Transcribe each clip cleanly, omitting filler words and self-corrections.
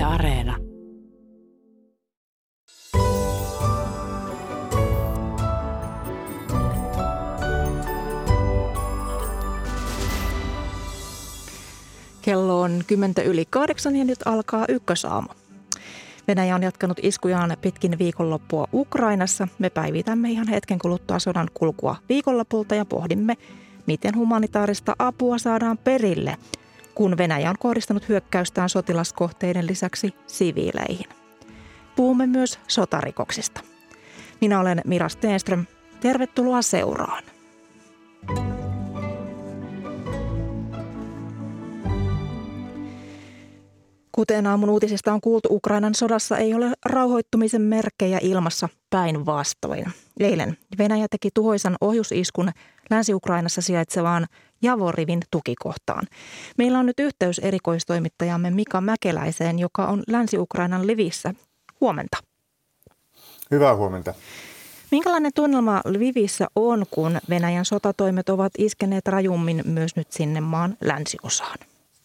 Areena. Kello on 8:10 ja nyt alkaa Ykkösaamu. Venäjä on jatkanut iskujaan pitkin viikonloppua Ukrainassa. Me päivitämme ihan hetken kuluttua sodan kulkua viikonlopulta ja pohdimme, miten humanitaarista apua saadaan perille, kun Venäjä on kohdistanut hyökkäystään sotilaskohteiden lisäksi siviileihin. Puhumme myös sotarikoksista. Minä olen Mira Stenström. Tervetuloa seuraan. Kuten aamun uutisista on kuultu, Ukrainan sodassa ei ole rauhoittumisen merkkejä ilmassa, päinvastoin. Eilen Venäjä teki tuhoisan ohjusiskun Länsi-Ukrainassa sijaitsevaan Javorivin tukikohtaan. Meillä on nyt yhteys erikoistoimittajamme Mika Mäkeläiseen, joka on Länsi-Ukrainan Lvivissä. Huomenta. Hyvää huomenta. Minkälainen tunnelma Lvivissä on, kun Venäjän sotatoimet ovat iskeneet rajummin myös nyt sinne maan länsiosaan?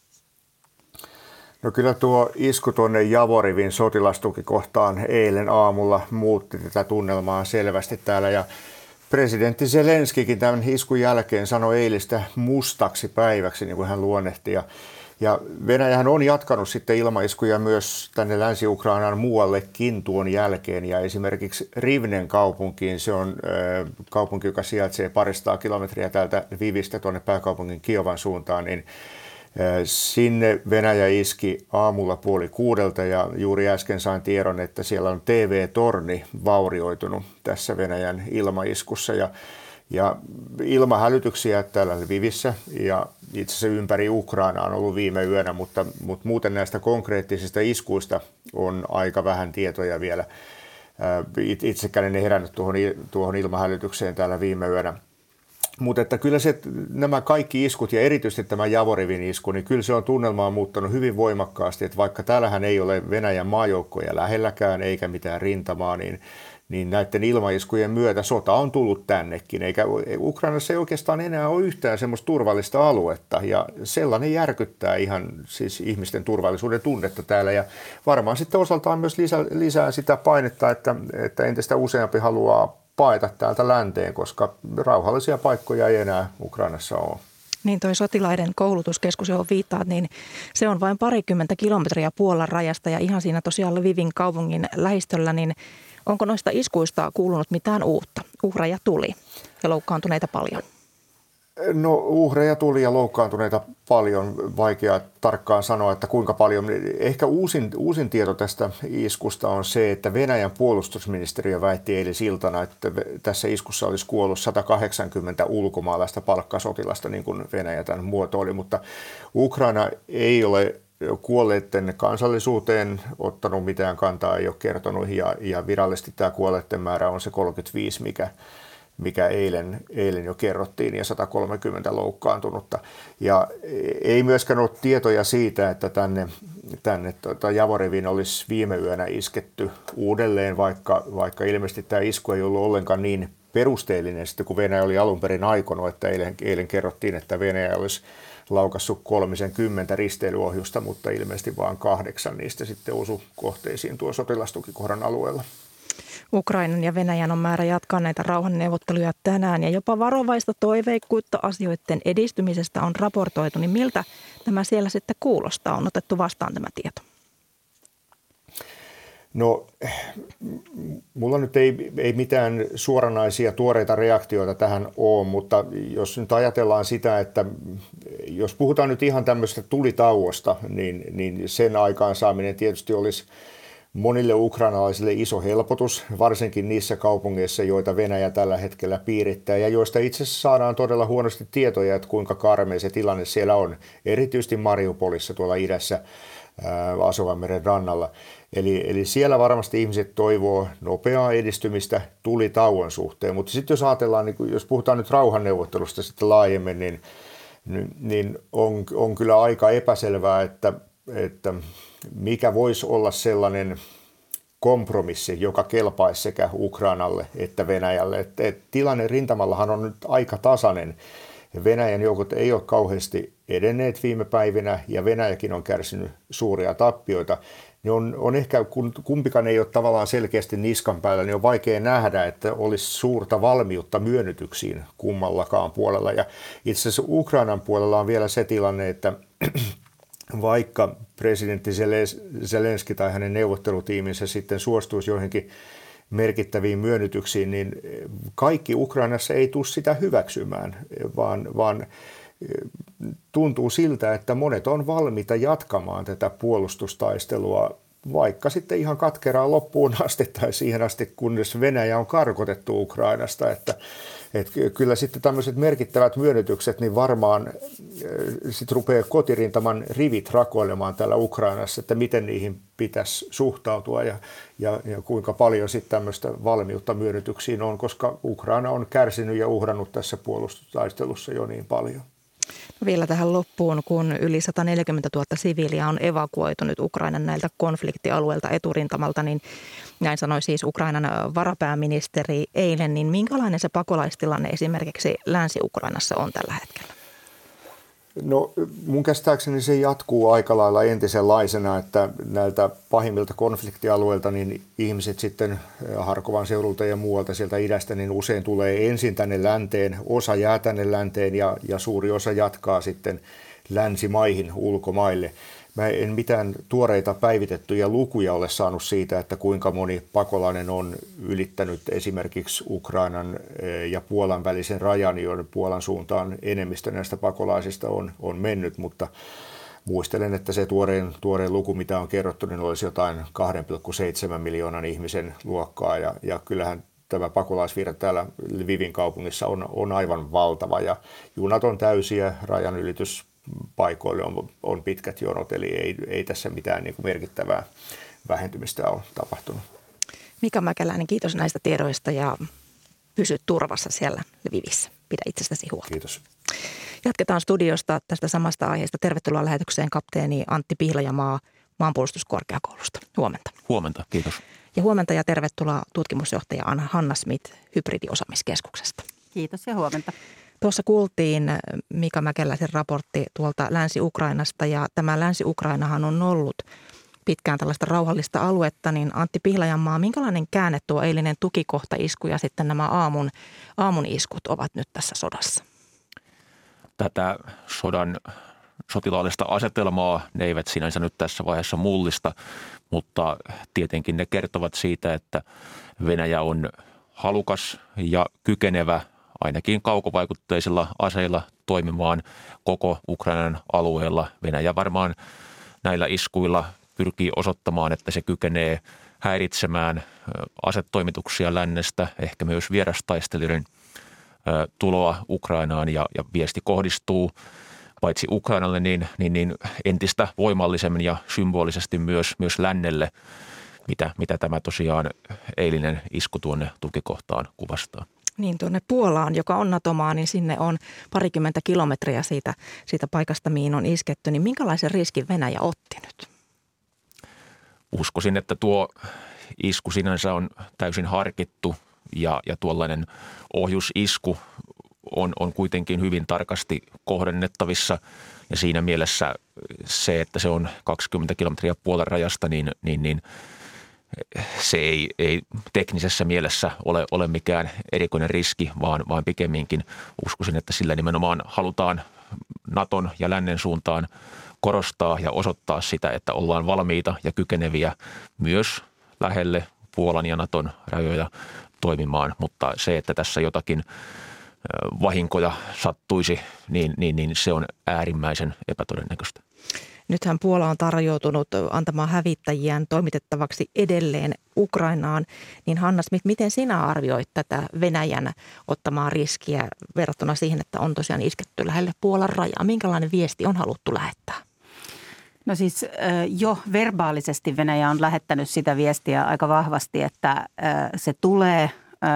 No kyllä tuo isku tuonne Javorivin sotilastukikohtaan eilen aamulla muutti tätä tunnelmaa selvästi täällä. Ja presidentti Zelenskikin tämän iskun jälkeen sanoi eilistä mustaksi päiväksi, niin kuin hän luonnehti. Ja Venäjähän on jatkanut sitten ilmaiskuja myös tänne Länsi-Ukrainaan muuallekin tuon jälkeen. Ja esimerkiksi Rivnen kaupunkiin, se on kaupunki, joka sijaitsee paristaa kilometriä täältä Lvivistä tuonne pääkaupungin Kiovan suuntaan, niin sinne Venäjä iski aamulla 5:30 ja juuri äsken sain tiedon, että siellä on TV-torni vaurioitunut tässä Venäjän ilmaiskussa ja ilmahälytyksiä täällä Lvivissä ja itse asiassa ympäri Ukrainaa on ollut viime yönä, mutta muuten näistä konkreettisista iskuista on aika vähän tietoja vielä. Itsekään en herännyt tuohon ilmahälytykseen täällä viime yönä. Mutta että kyllä nämä kaikki iskut ja erityisesti tämä Javorivin isku, niin kyllä se on tunnelmaa muuttanut hyvin voimakkaasti, että vaikka täällähän ei ole Venäjän maajoukkoja lähelläkään eikä mitään rintamaa, niin näiden ilmaiskujen myötä sota on tullut tännekin, eikä Ukrainassa ei oikeastaan enää ole yhtään semmoista turvallista aluetta ja sellainen järkyttää ihan siis ihmisten turvallisuuden tunnetta täällä ja varmaan sitten osaltaan myös lisää sitä painetta, että entistä useampi haluaa paeta täältä länteen, koska rauhallisia paikkoja ei enää Ukrainassa ole. Niin toi sotilaiden koulutuskeskus, johon viittaat, niin se on vain 20 kilometriä Puolan rajasta ja ihan siinä tosiaan Lvivin kaupungin lähistöllä, niin onko noista iskuista kuulunut mitään uutta? Uhreja tuli ja loukkaantuneita paljon. No uhreja tuli ja loukkaantuneita paljon, vaikea tarkkaan sanoa, että kuinka paljon. Ehkä uusin tieto tästä iskusta on se, että Venäjän puolustusministeriö väitti eilisiltana, että tässä iskussa olisi kuollut 180 ulkomaalaista palkkasotilasta, niin kuin Venäjä tämän muotoili, mutta Ukraina ei ole kuolleiden kansallisuuteen ottanut mitään kantaa, ei ole kertonut ja virallisesti tämä kuolleiden määrä on se 35, mikä eilen jo kerrottiin, ja 130 loukkaantunutta. Ja ei myöskään ole tietoja siitä, että tänne Javoriviin olisi viime yönä isketty uudelleen, vaikka ilmeisesti tämä isku ei ollut ollenkaan niin perusteellinen, sitten kun Venäjä oli alun perin aikonut, että eilen kerrottiin, että Venäjä olisi laukassut 30 risteilyohjusta, mutta ilmeisesti vain 8 niistä sitten osui kohteisiin tuon sotilastukikohdan alueella. Ukrainan ja Venäjän on määrä jatkaa näitä rauhanneuvotteluja tänään ja jopa varovaista toiveikkuutta asioiden edistymisestä on raportoitu. Niin miltä tämä siellä sitten kuulostaa? On otettu vastaan tämä tieto? No, mulla nyt ei mitään suoranaisia tuoreita reaktioita tähän ole, mutta jos nyt ajatellaan sitä, että jos puhutaan nyt ihan tämmöistä tulitauosta, niin sen aikaansaaminen tietysti olisi monille ukrainalaisille iso helpotus, varsinkin niissä kaupungeissa, joita Venäjä tällä hetkellä piirittää ja joista itse asiassa saadaan todella huonosti tietoja, että kuinka karmea se tilanne siellä on, erityisesti Mariupolissa tuolla idässä Asovanmeren rannalla. Eli siellä varmasti ihmiset toivoo nopeaa edistymistä tulitauon suhteen, mutta sitten jos ajatellaan, niin jos puhutaan nyt rauhanneuvottelusta sitten laajemmin, niin on kyllä aika epäselvää, että mikä voisi olla sellainen kompromissi, joka kelpaisi sekä Ukrainalle että Venäjälle. Et tilanne rintamallahan on nyt aika tasainen. Ja Venäjän joukot ei ole kauheasti edenneet viime päivinä ja Venäjäkin on kärsinyt suuria tappioita. Niin on ehkä, kun kumpikaan ei ole tavallaan selkeästi niskan päällä, niin on vaikea nähdä, että olisi suurta valmiutta myönnytyksiin kummallakaan puolella. Ja itse asiassa Ukrainan puolella on vielä se tilanne, että vaikka presidentti Zelenski tai hänen neuvottelutiiminsä sitten suostuisi joihinkin merkittäviin myönnytyksiin, niin kaikki Ukrainassa ei tule sitä hyväksymään, vaan tuntuu siltä, että monet on valmiita jatkamaan tätä puolustustaistelua vaikka sitten ihan katkeraan loppuun asti tai siihen asti, kunnes Venäjä on karkotettu Ukrainasta. Että kyllä sitten tämmöiset merkittävät myönnytykset, niin varmaan sitten rupeaa kotirintaman rivit rakoilemaan täällä Ukrainassa, että miten niihin pitäisi suhtautua ja kuinka paljon sitten tämmöistä valmiutta myönnytyksiin on, koska Ukraina on kärsinyt ja uhrannut tässä puolustustaistelussa jo niin paljon. Vielä tähän loppuun, kun yli 140 000 siviiliä on evakuoitu nyt Ukrainan näiltä konfliktialueilta eturintamalta, niin näin sanoi siis Ukrainan varapääministeri eilen, niin minkälainen se pakolaistilanne esimerkiksi Länsi-Ukrainassa on tällä hetkellä? No mun käsittääkseni se jatkuu aika lailla entisenlaisena, että näiltä pahimmilta konfliktialueilta niin ihmiset sitten Harkovan seudulta ja muualta sieltä idästä niin usein tulee ensin tänne länteen, osa jää tänne länteen ja suuri osa jatkaa sitten länsimaihin ulkomaille. Mä en mitään tuoreita päivitettyjä lukuja ole saanut siitä, että kuinka moni pakolainen on ylittänyt esimerkiksi Ukrainan ja Puolan välisen rajan, joiden Puolan suuntaan enemmistö näistä pakolaisista on mennyt, mutta muistelen, että se tuoreen luku, mitä on kerrottu, niin olisi jotain 2,7 miljoonan ihmisen luokkaa ja kyllähän tämä pakolaisvirta täällä Lvivin kaupungissa on aivan valtava ja junat on täysiä, rajanylityspaikoille on pitkät jonot, eli ei tässä mitään niin kuin merkittävää vähentymistä ole tapahtunut. Mika Mäkeläinen, kiitos näistä tiedoista ja pysy turvassa siellä Lvivissä. Pidä itsestäsi huolta. Kiitos. Jatketaan studiosta tästä samasta aiheesta. Tervetuloa lähetykseen kapteeni Antti Pihlajamaa Maanpuolustuskorkeakoulusta. Huomenta. Huomenta, kiitos. Ja huomenta ja tervetuloa tutkimusjohtaja Hanna Smith Hybridiosaamiskeskuksesta. Kiitos ja huomenta. Tuossa kuultiin Mika Mäkeläisen raportti tuolta Länsi-Ukrainasta ja tämä Länsi-Ukrainahan on ollut pitkään tällaista rauhallista aluetta, niin Antti Pihlajamaa, minkälainen käänne tuo eilinen tukikohtaisku ja sitten nämä aamun iskut ovat nyt tässä sodassa? Tätä sodan sotilaallista asetelmaa ne eivät sinänsä nyt tässä vaiheessa mullista, mutta tietenkin ne kertovat siitä, että Venäjä on halukas ja kykenevä ainakin kaukovaikutteisilla aseilla toimimaan koko Ukrainan alueella. Venäjä varmaan näillä iskuilla pyrkii osoittamaan, että se kykenee häiritsemään asetoimituksia lännestä, ehkä myös vierastaistelijoiden tuloa Ukrainaan ja viesti kohdistuu paitsi Ukrainalle niin entistä voimallisemmin ja symbolisesti myös lännelle, mitä tämä tosiaan eilinen isku tuonne tukikohtaan kuvastaa. Niin tuonne Puolaan, joka on NATO-maa, niin sinne on parikymmentä kilometriä siitä paikasta, mihin on isketty. Niin minkälaisen riskin Venäjä otti nyt? Uskoisin, että tuo isku sinänsä on täysin harkittu ja tuollainen ohjusisku on kuitenkin hyvin tarkasti kohdennettavissa ja siinä mielessä se, että se on 20 kilometriä Puolan rajasta, niin se ei teknisessä mielessä ole mikään erikoinen riski, vaan pikemminkin uskoisin, että sillä nimenomaan halutaan Naton ja lännen suuntaan korostaa ja osoittaa sitä, että ollaan valmiita ja kykeneviä myös lähelle Puolan ja Naton rajoja toimimaan, mutta se, että tässä jotakin vahinkoja sattuisi, niin se on äärimmäisen epätodennäköistä. Nythän Puola on tarjoutunut antamaan hävittäjiään toimitettavaksi edelleen Ukrainaan. Niin Hanna Smith, miten sinä arvioit tätä Venäjän ottamaa riskiä verrattuna siihen, että on tosiaan isketty lähelle Puolan rajaa? Minkälainen viesti on haluttu lähettää? No siis jo verbaalisesti Venäjä on lähettänyt sitä viestiä aika vahvasti, että se tulee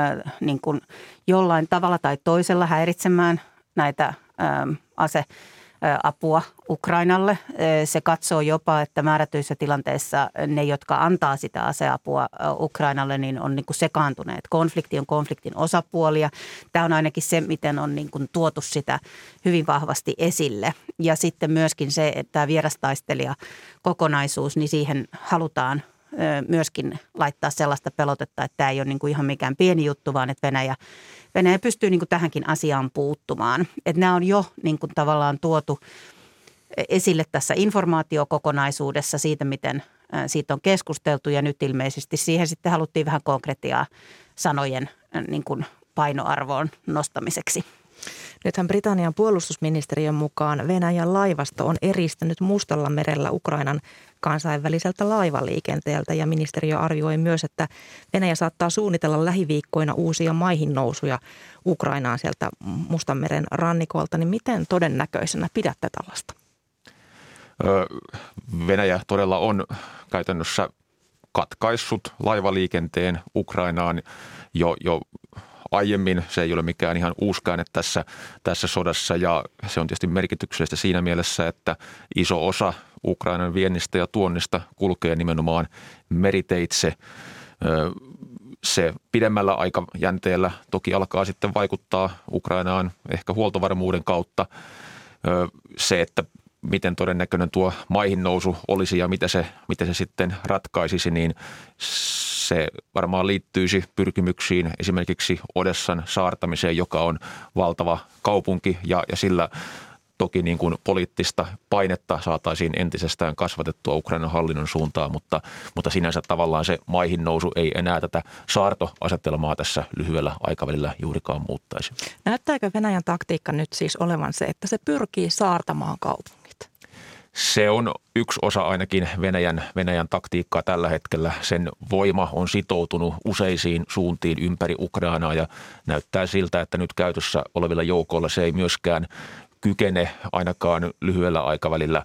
niin kuin jollain tavalla tai toisella häiritsemään näitä apua Ukrainalle. Se katsoo jopa, että määrätyissä tilanteissa ne, jotka antaa sitä aseapua Ukrainalle, niin on niin kuin sekaantuneet. Konflikti on konfliktin osapuolia. Tämä on ainakin se, miten on niin kuin tuotu sitä hyvin vahvasti esille. Ja sitten myöskin se, että tämä vierastaistelijakokonaisuus, niin siihen halutaan myöskin laittaa sellaista pelotetta, että tämä ei ole niin kuin ihan mikään pieni juttu, vaan että Venäjä pystyy niin kuin tähänkin asiaan puuttumaan. Että nämä on jo niin kuin tavallaan tuotu esille tässä informaatiokokonaisuudessa siitä, miten siitä on keskusteltu ja nyt ilmeisesti siihen sitten haluttiin vähän konkretiaa sanojen niin kuin painoarvoon nostamiseksi. Nythän Britannian puolustusministeriön mukaan Venäjän laivasto on eristänyt Mustalla merellä Ukrainan kansainväliseltä laivaliikenteeltä ja ministeriö arvioi myös, että Venäjä saattaa suunnitella lähiviikkoina uusia maihinnousuja Ukrainaan sieltä Mustanmeren rannikolta. Niin miten todennäköisenä pidätte tällaista? Venäjä todella on käytännössä katkaissut laivaliikenteen Ukrainaan jo aiemmin. Se ei ole mikään ihan uusi käänne tässä sodassa ja se on tietysti merkityksellistä siinä mielessä, että iso osa Ukrainan viennistä ja tuonnista kulkee nimenomaan meriteitse. Se pidemmällä aikajänteellä toki alkaa sitten vaikuttaa Ukrainaan ehkä huoltovarmuuden kautta. Se, että miten todennäköinen tuo maihin nousu olisi ja miten se sitten ratkaisisi, niin se varmaan liittyisi pyrkimyksiin esimerkiksi Odessan saartamiseen, joka on valtava kaupunki ja sillä toki niin kuin poliittista painetta saataisiin entisestään kasvatettua Ukrainan hallinnon suuntaan, mutta sinänsä tavallaan se maihin nousu ei enää tätä saartoasetelmaa tässä lyhyellä aikavälillä juurikaan muuttaisi. Näyttääkö Venäjän taktiikka nyt siis olevan se, että se pyrkii saartamaan kaupungit? Se on yksi osa ainakin Venäjän taktiikkaa tällä hetkellä. Sen voima on sitoutunut useisiin suuntiin ympäri Ukrainaa ja näyttää siltä, että nyt käytössä olevilla joukoilla se ei myöskään kykene ainakaan lyhyellä aikavälillä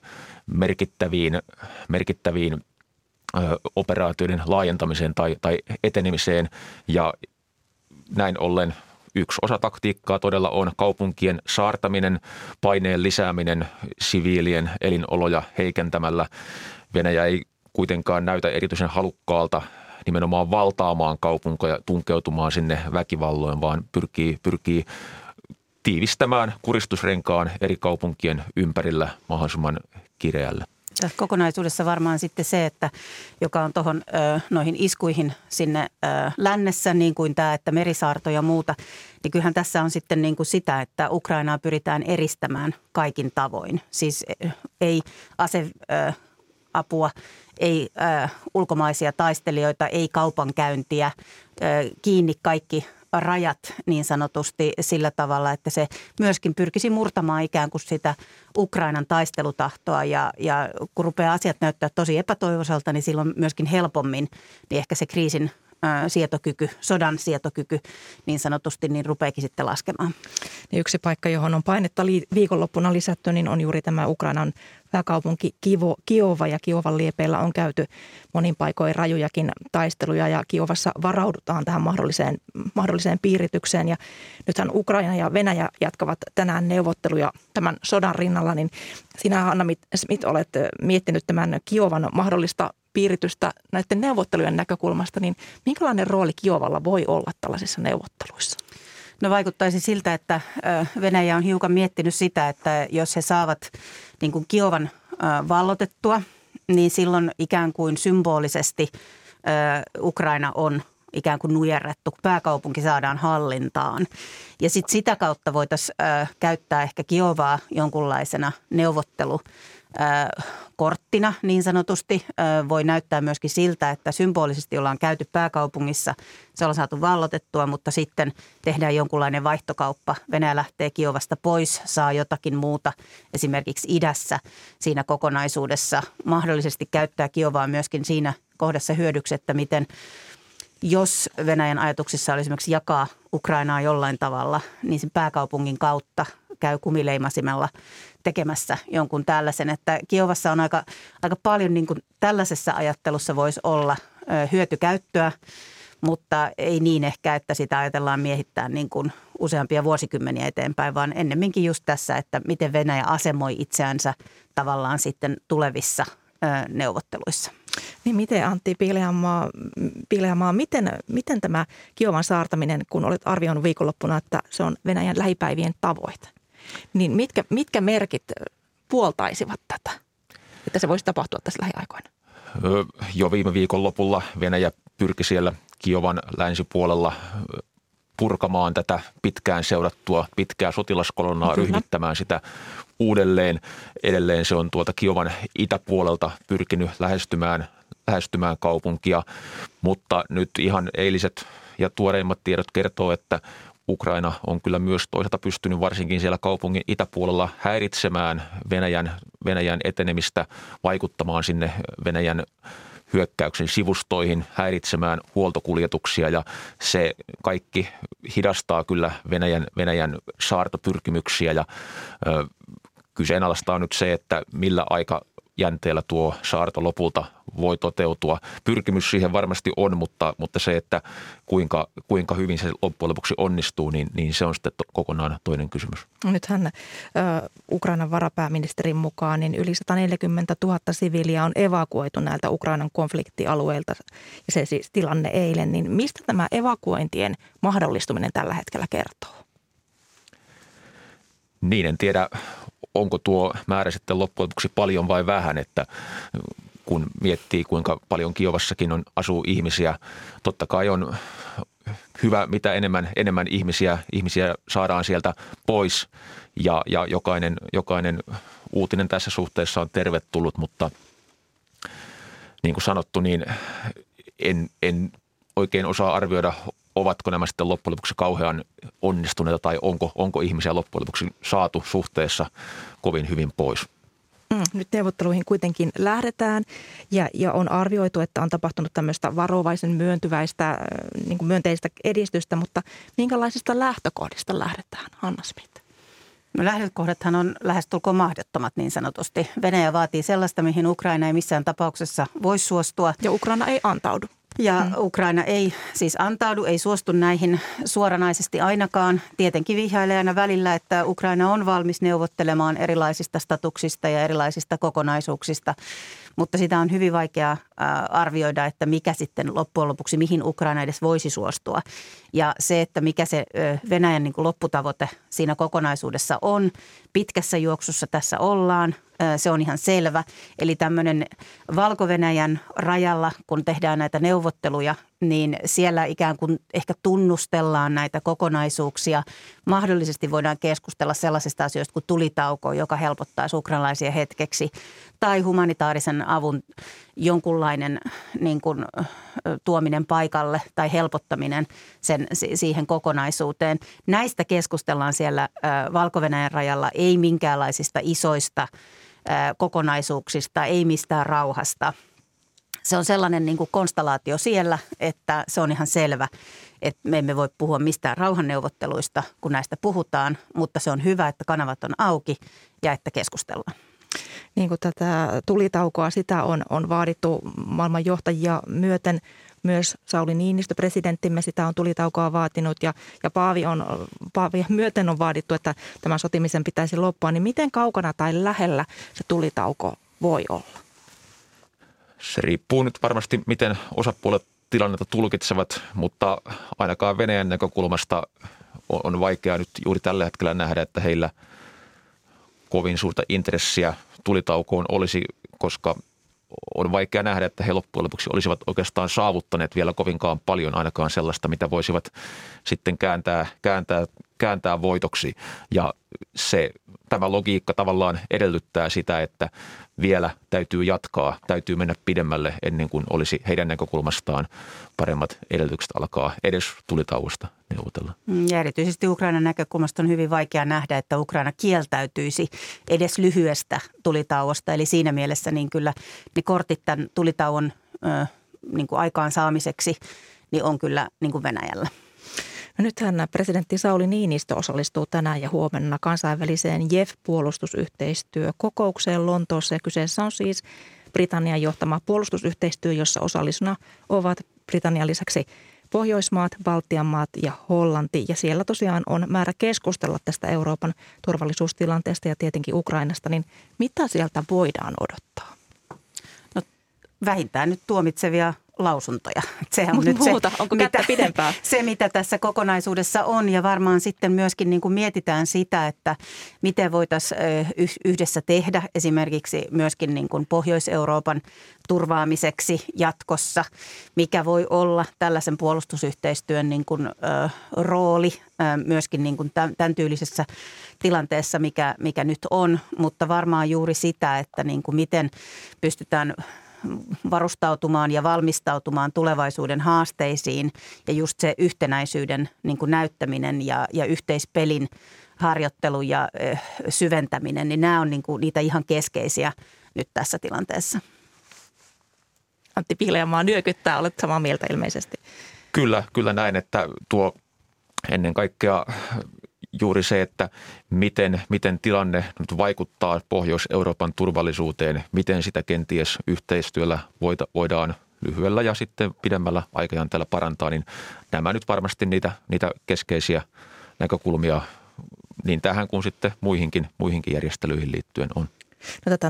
merkittäviin operaatioiden laajentamiseen tai etenemiseen ja näin ollen yksi osa taktiikkaa todella on kaupunkien saartaminen, paineen lisääminen siviilien elinoloja heikentämällä. Venäjä ei kuitenkaan näytä erityisen halukkaalta nimenomaan valtaamaan kaupunkoja, tunkeutumaan sinne väkivalloin, vaan pyrkii tiivistämään kuristusrenkaan eri kaupunkien ympärillä mahdollisimman kireällä. Tässä kokonaisuudessa varmaan sitten se, että joka on tuohon noihin iskuihin sinne lännessä, niin kuin tämä, että merisaarto ja muuta, niin kyllähän tässä on sitten niin kuin sitä, että Ukrainaa pyritään eristämään kaikin tavoin. Siis ei aseapua, ei ulkomaisia taistelijoita, ei kaupankäyntiä, kiinni kaikki rajat niin sanotusti sillä tavalla, että se myöskin pyrkisi murtamaan ikään kuin sitä Ukrainan taistelutahtoa ja kun rupeaa asiat näyttää tosi epätoivoiselta, niin silloin myöskin helpommin niin ehkä se kriisin sietokyky, sodan sietokyky niin sanotusti, niin rupeekin sitten laskemaan. Ja yksi paikka, johon on painetta viikonloppuna lisätty, niin on juuri tämä Ukrainan pääkaupunki Kiova ja Kiovan liepeillä on käyty monin paikoin rajujakin taisteluja ja Kiovassa varaudutaan tähän mahdolliseen piiritykseen ja nythän Ukraina ja Venäjä jatkavat tänään neuvotteluja tämän sodan rinnalla, niin sinä Hanna Smith olet miettinyt tämän Kiovan mahdollista piiritystä näiden neuvottelujen näkökulmasta, niin minkälainen rooli Kiovalla voi olla tällaisissa neuvotteluissa? No vaikuttaisi siltä, että Venäjä on hiukan miettinyt sitä, että jos he saavat niin kuin Kiovan vallotettua, niin silloin ikään kuin symbolisesti Ukraina on ikään kuin nujerrettu, kun pääkaupunki saadaan hallintaan. Ja sitten sitä kautta voitaisiin käyttää ehkä Kiovaa jonkunlaisena neuvottelukorttina niin sanotusti. Voi näyttää myöskin siltä, että symbolisesti ollaan käyty pääkaupungissa, se ollaan saatu vallotettua, mutta sitten tehdään jonkunlainen vaihtokauppa. Venäjä lähtee Kiovasta pois, saa jotakin muuta esimerkiksi idässä siinä kokonaisuudessa. Mahdollisesti käyttää Kiovaa myöskin siinä kohdassa hyödyksi, että miten jos Venäjän ajatuksissa oli esimerkiksi jakaa Ukrainaa jollain tavalla, niin sen pääkaupungin kautta käy kumileimasimella tekemässä jonkun tällaisen. Että Kiovassa on aika paljon niin kuin tällaisessa ajattelussa voisi olla hyötykäyttöä, mutta ei niin ehkä, että sitä ajatellaan miehittää niin kuin useampia vuosikymmeniä eteenpäin, vaan ennemminkin just tässä, että miten Venäjä asemoi itseänsä tavallaan sitten tulevissa neuvotteluissa. Niin miten Antti Piileämaa, miten tämä Kiovan saartaminen, kun olet arvioinut viikonloppuna, että se on Venäjän lähipäivien tavoite, niin mitkä merkit puoltaisivat tätä, että se voisi tapahtua tässä lähiaikoina? Jo viime viikon lopulla Venäjä pyrki siellä Kiovan länsipuolella purkamaan tätä pitkään seurattua pitkää sotilaskolonnaa, ryhmittämään sitä uudelleen. Edelleen se on tuolta Kiovan itäpuolelta pyrkinyt lähestymään kaupunkia, mutta nyt ihan eiliset ja tuoreimmat tiedot kertoo, että Ukraina on kyllä myös toisaalta pystynyt varsinkin siellä kaupungin itäpuolella häiritsemään Venäjän etenemistä, vaikuttamaan sinne Venäjän hyökkäyksen sivustoihin, häiritsemään huoltokuljetuksia ja se kaikki hidastaa kyllä Venäjän saartopyrkimyksiä ja kyseenalaistaa nyt se, että millä aikajänteellä tuo saarto lopulta voi toteutua. Pyrkimys siihen varmasti on, mutta se, että kuinka hyvin se loppujen lopuksi onnistuu, niin se on sitten kokonaan toinen kysymys. Nythän Ukrainan varapääministerin mukaan niin yli 140 000 siviiliä on evakuoitu näiltä Ukrainan konfliktialueilta ja se siis tilanne eilen. Niin mistä tämä evakuointien mahdollistuminen tällä hetkellä kertoo? Niin, en tiedä, onko tuo määrä sitten loppujen lopuksi paljon vai vähän, että kun miettii, kuinka paljon Kiovassakin asuu ihmisiä, totta kai on hyvä, mitä enemmän ihmisiä saadaan sieltä pois ja jokainen uutinen tässä suhteessa on tervetullut, mutta niin kuin sanottu, niin en oikein osaa arvioida, ovatko nämä sitten loppujen lopuksi kauhean onnistuneita tai onko ihmisiä loppujen lopuksi saatu suhteessa kovin hyvin pois. Nyt neuvotteluihin kuitenkin lähdetään ja on arvioitu, että on tapahtunut tämmöistä varovaisen myöntyväistä, niin kuin myönteistä edistystä, mutta minkälaisista lähtökohdista lähdetään, Hanna Smith? No lähtökohdathan on lähestulkoon mahdottomat niin sanotusti. Venäjä vaatii sellaista, mihin Ukraina ei missään tapauksessa voi suostua. Ja Ukraina ei antaudu. Ja Ukraina ei siis antaudu, ei suostu näihin suoranaisesti ainakaan. Tietenkin vihjailee aina välillä, että Ukraina on valmis neuvottelemaan erilaisista statuksista ja erilaisista kokonaisuuksista. Mutta sitä on hyvin vaikea arvioida, että mikä sitten loppujen lopuksi, mihin Ukraina edes voisi suostua. Ja se, että mikä se Venäjän niin kuin lopputavoite siinä kokonaisuudessa on, pitkässä juoksussa tässä ollaan. Se on ihan selvä. Eli tämmöinen Valko-Venäjän rajalla, kun tehdään näitä neuvotteluja, niin siellä ikään kuin ehkä tunnustellaan näitä kokonaisuuksia. Mahdollisesti voidaan keskustella sellaisista asioista kuin tulitauko, joka helpottaisi ukrainalaisia hetkeksi, tai humanitaarisen avun jonkunlainen niin kuin, tuominen paikalle tai helpottaminen siihen kokonaisuuteen. Näistä keskustellaan siellä Valko-Venäjän rajalla, ei minkäänlaisista isoista kokonaisuuksista, ei mistään rauhasta. Se on sellainen niin kuin konstellaatio siellä, että se on ihan selvä, että me emme voi puhua mistään rauhanneuvotteluista, kun näistä puhutaan, mutta se on hyvä, että kanavat on auki ja että keskustellaan. Niin kuin tätä tulitaukoa, sitä on vaadittu maailman johtajia myöten. Myös Sauli Niinistö, presidenttimme, sitä on tulitaukoa vaatinut ja Paavia myöten on vaadittu, että tämän sotimisen pitäisi loppua. Niin miten kaukana tai lähellä se tulitauko voi olla? Se riippuu nyt varmasti, miten osapuolet tilannetta tulkitsevat, mutta ainakaan Venäjän näkökulmasta on vaikea nyt juuri tällä hetkellä nähdä, että heillä kovin suurta intressiä tulitaukoon olisi, koska on vaikea nähdä, että he loppujen lopuksi olisivat oikeastaan saavuttaneet vielä kovinkaan paljon ainakaan sellaista, mitä voisivat sitten kääntää voitoksi. Ja tämä logiikka tavallaan edellyttää sitä, että vielä täytyy jatkaa, täytyy mennä pidemmälle ennen kuin olisi heidän näkökulmastaan paremmat edellytykset alkaa edes tulitauosta neuvotella. Ja erityisesti Ukrainan näkökulmasta on hyvin vaikea nähdä, että Ukraina kieltäytyisi edes lyhyestä tulitauosta. Eli siinä mielessä niin kyllä ne kortit tämän tulitauon niin kuin aikaansaamiseksi niin on kyllä niin kuin Venäjällä. No nythän presidentti Sauli Niinistö osallistuu tänään ja huomenna kansainväliseen JEF-puolustusyhteistyökokoukseen Lontoossa. Ja kyseessä on siis Britannian johtama puolustusyhteistyö, jossa osallisena ovat Britannian lisäksi Pohjoismaat, Baltian maat ja Hollanti. Ja siellä tosiaan on määrä keskustella tästä Euroopan turvallisuustilanteesta ja tietenkin Ukrainasta. Niin mitä sieltä voidaan odottaa? No, vähintään nyt tuomitsevia lausuntoja. Sehän on nyt muuta, onko kättä pidempää? Se, mitä tässä kokonaisuudessa on, ja varmaan sitten myöskin niin kuin mietitään sitä, että miten voitaisiin yhdessä tehdä esimerkiksi myöskin niin kuin Pohjois-Euroopan turvaamiseksi jatkossa, mikä voi olla tällaisen puolustusyhteistyön niin kuin, rooli myöskin niin kuin tämän tyylisessä tilanteessa, mikä nyt on, mutta varmaan juuri sitä, että niin kuin miten pystytään varustautumaan ja valmistautumaan tulevaisuuden haasteisiin ja just se yhtenäisyyden niin kuin näyttäminen ja yhteispelin harjoittelu ja syventäminen, niin nämä on niin kuin niitä ihan keskeisiä nyt tässä tilanteessa. Antti Pihlajamaa nyökyttää, olet samaa mieltä ilmeisesti. Kyllä näin, että tuo ennen kaikkea juuri se, että miten tilanne nyt vaikuttaa Pohjois-Euroopan turvallisuuteen, miten sitä kenties yhteistyöllä voidaan lyhyellä ja sitten pidemmällä aikajänteellä parantaa, niin nämä nyt varmasti niitä keskeisiä näkökulmia niin tähän kuin sitten muihinkin järjestelyihin liittyen on. No, tätä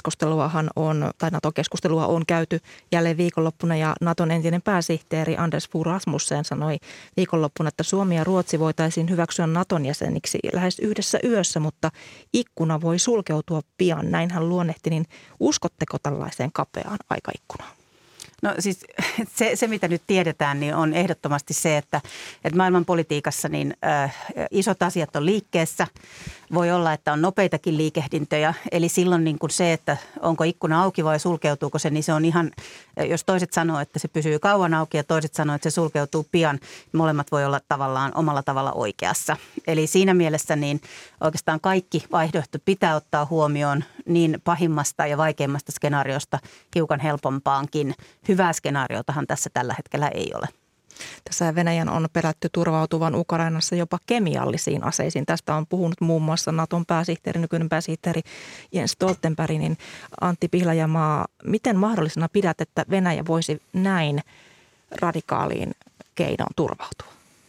NATO-keskustelua on käyty jälleen viikonloppuna ja Naton entinen pääsihteeri Anders Fogh Rasmussen sanoi viikonloppuna, että Suomi ja Ruotsi voitaisiin hyväksyä Naton jäseniksi lähes yhdessä yössä, mutta ikkuna voi sulkeutua pian. Näin hän luonnehti, niin uskotteko tällaiseen kapeaan aikaikkunaan? No siis se mitä nyt tiedetään, niin on ehdottomasti se, että maailmanpolitiikassa niin isot asiat on liikkeessä. Voi olla, että on nopeitakin liikehdintöjä. Eli silloin niin kuin se, että onko ikkuna auki vai sulkeutuuko se, niin se on ihan, jos toiset sanoo, että se pysyy kauan auki ja toiset sanoo, että se sulkeutuu pian, niin molemmat voi olla tavallaan omalla tavalla oikeassa. Eli siinä mielessä niin oikeastaan kaikki vaihtoehdot pitää ottaa huomioon niin pahimmasta ja vaikeimmasta skenaariosta hiukan helpompaankin. Hyvää skenaariotahan tässä tällä hetkellä ei ole. Tässä Venäjän on pelätty turvautuvan Ukrainassa jopa kemiallisiin aseisiin. Tästä on puhunut muun muassa Naton nykyinen pääsihteeri Jens Stoltenberg. Niin Antti Pihlajamaa, miten mahdollisena pidät, että Venäjä voisi näin radikaaliin keinoon turvautua?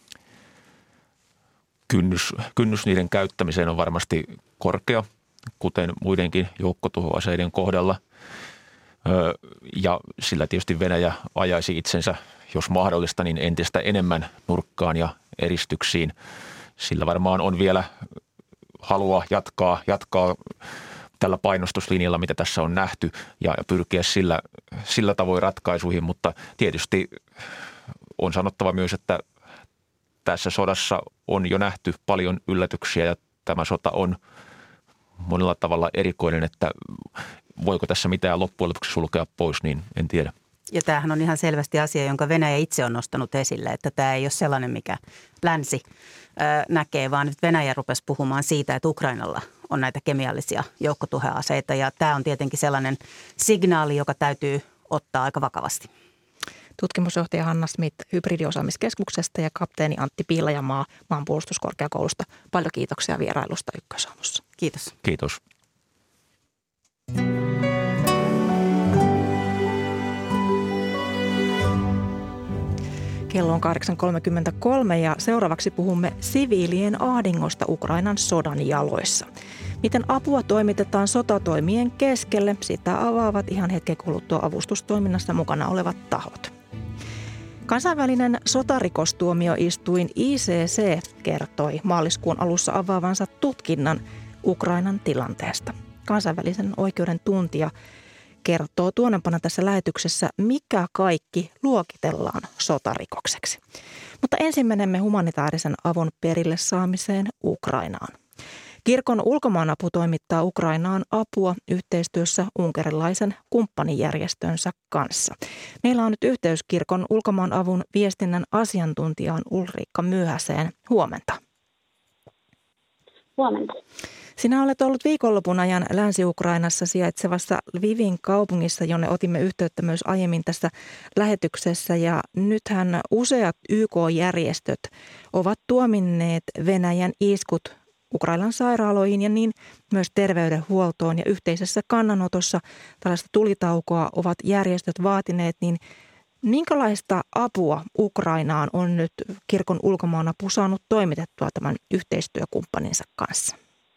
Kynnys niiden käyttämiseen on varmasti korkea, kuten muidenkin joukkotuhoaseiden kohdalla. Ja sillä tietysti Venäjä ajaisi itsensä, jos mahdollista, niin entistä enemmän nurkkaan ja eristyksiin. Sillä varmaan on vielä halua jatkaa tällä painostuslinjalla, mitä tässä on nähty, ja pyrkiä sillä tavoin ratkaisuihin. Mutta tietysti on sanottava myös, että tässä sodassa on jo nähty paljon yllätyksiä, ja tämä sota on monella tavalla erikoinen, että voiko tässä mitään loppujen lopuksi sulkea pois, niin en tiedä. Ja tämähän on ihan selvästi asia, jonka Venäjä itse on nostanut esille, että tämä ei ole sellainen, mikä länsi näkee, vaan nyt Venäjä rupesi puhumaan siitä, että Ukrainalla on näitä kemiallisia joukkotuhoaseita, ja tämä on tietenkin sellainen signaali, joka täytyy ottaa aika vakavasti. Tutkimusjohtaja Hanna Smith Hybridiosaamiskeskuksesta ja kapteeni Antti Pihlajamaa Maanpuolustuskorkeakoulusta. Paljon kiitoksia vierailusta Ykkösaamussa. Kiitos. Kiitos. Kello on 8.33 ja seuraavaksi puhumme siviilien ahdingosta Ukrainan sodan jaloissa. Miten apua toimitetaan sotatoimien keskelle, sitä avaavat ihan hetken kuluttua avustustoiminnassa mukana olevat tahot. Kansainvälinen sotarikostuomioistuin ICC kertoi maaliskuun alussa avaavansa tutkinnan Ukrainan tilanteesta. Kansainvälisen oikeuden tuntija kertoo tuonnempana tässä lähetyksessä, mikä kaikki luokitellaan sotarikokseksi. Mutta ensin menemme humanitaarisen avun perille saamiseen Ukrainaan. Kirkon ulkomaanapu toimittaa Ukrainaan apua yhteistyössä unkarilaisen kumppanijärjestönsä kanssa. Meillä on nyt yhteys kirkon ulkomaanavun viestinnän asiantuntijaan Ulriikka Myöhäseen. Huomenta. Huomenta. Sinä olet ollut viikonlopun ajan Länsi-Ukrainassa sijaitsevassa Lvivin kaupungissa, jonne otimme yhteyttä myös aiemmin tässä lähetyksessä. Ja nythän useat YK-järjestöt ovat tuominneet Venäjän iskut Ukrainan sairaaloihin ja niin myös terveydenhuoltoon. Ja yhteisessä kannanotossa tällaista tulitaukoa ovat järjestöt vaatineet, niin Minkälaista apua Ukrainaan on nyt kirkon ulkomaanapu saanut toimitettua tämän yhteistyökumppaninsa kanssa?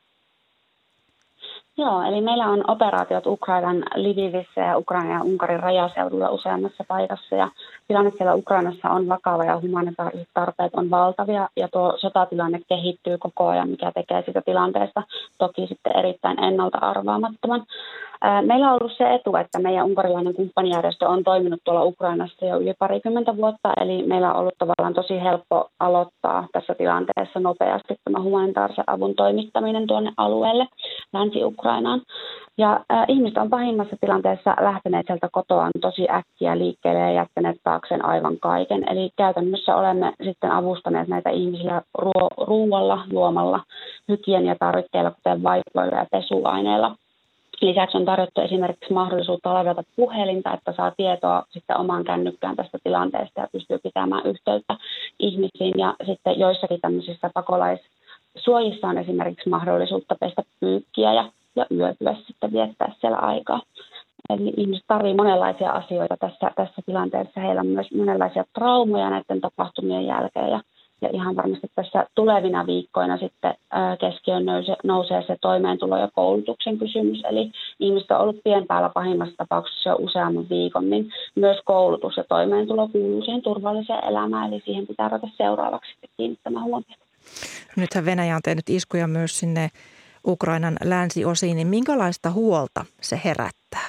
Joo, eli meillä on operaatiot Ukrainan Lvivissä ja Ukrainan ja Unkarin rajaseudulla useammassa paikassa. Ja tilanne siellä Ukrainassa on vakava ja humanitaariset tarpeet on valtavia. Ja tuo sotatilanne kehittyy koko ajan, mikä tekee sitä tilanteesta toki sitten erittäin ennalta arvaamattoman. Meillä on ollut se etu, että meidän unkarilainen kumppanijärjestö on toiminut tuolla Ukrainassa jo yli 20 vuotta. Eli meillä on ollut tavallaan tosi helppo aloittaa tässä tilanteessa nopeasti tämä humanitaarisen avun toimittaminen tuonne alueelle Länsi-Ukrainaan. Ja ihmiset on pahimmassa tilanteessa lähteneet sieltä kotoaan tosi äkkiä liikkeelle ja jättäneet taakseen aivan kaiken. Eli käytännössä olemme sitten avustaneet näitä ihmisiä ruualla, juomalla, hygieniatarvikkeilla, kuten vaipoilla ja pesuaineilla. Lisäksi on tarjottu esimerkiksi mahdollisuutta ladata puhelinta, että saa tietoa sitten omaan kännykkään tästä tilanteesta ja pystyy pitämään yhteyttä ihmisiin. Ja sitten joissakin tämmöisissä pakolaissuojissa on esimerkiksi mahdollisuutta pestä pyykkiä ja yötyä sitten viettää siellä aikaa. Eli ihmiset tarvitsevat monenlaisia asioita tässä tilanteessa. Heillä on myös monenlaisia traumoja näiden tapahtumien jälkeen ja ihan varmasti tässä tulevina viikkoina sitten keskiöön nousee se toimeentulo ja koulutuksen kysymys. Eli ihmiset on ollut tien päällä pahimmassa tapauksessa jo useamman viikon, niin myös koulutus ja toimeentulo kuuluu siihen turvalliseen elämään. Eli siihen pitää ruveta seuraavaksi kiinnittämään huomiota. Nythän Venäjä on tehnyt iskuja myös sinne Ukrainan länsiosiin, niin minkälaista huolta se herättää?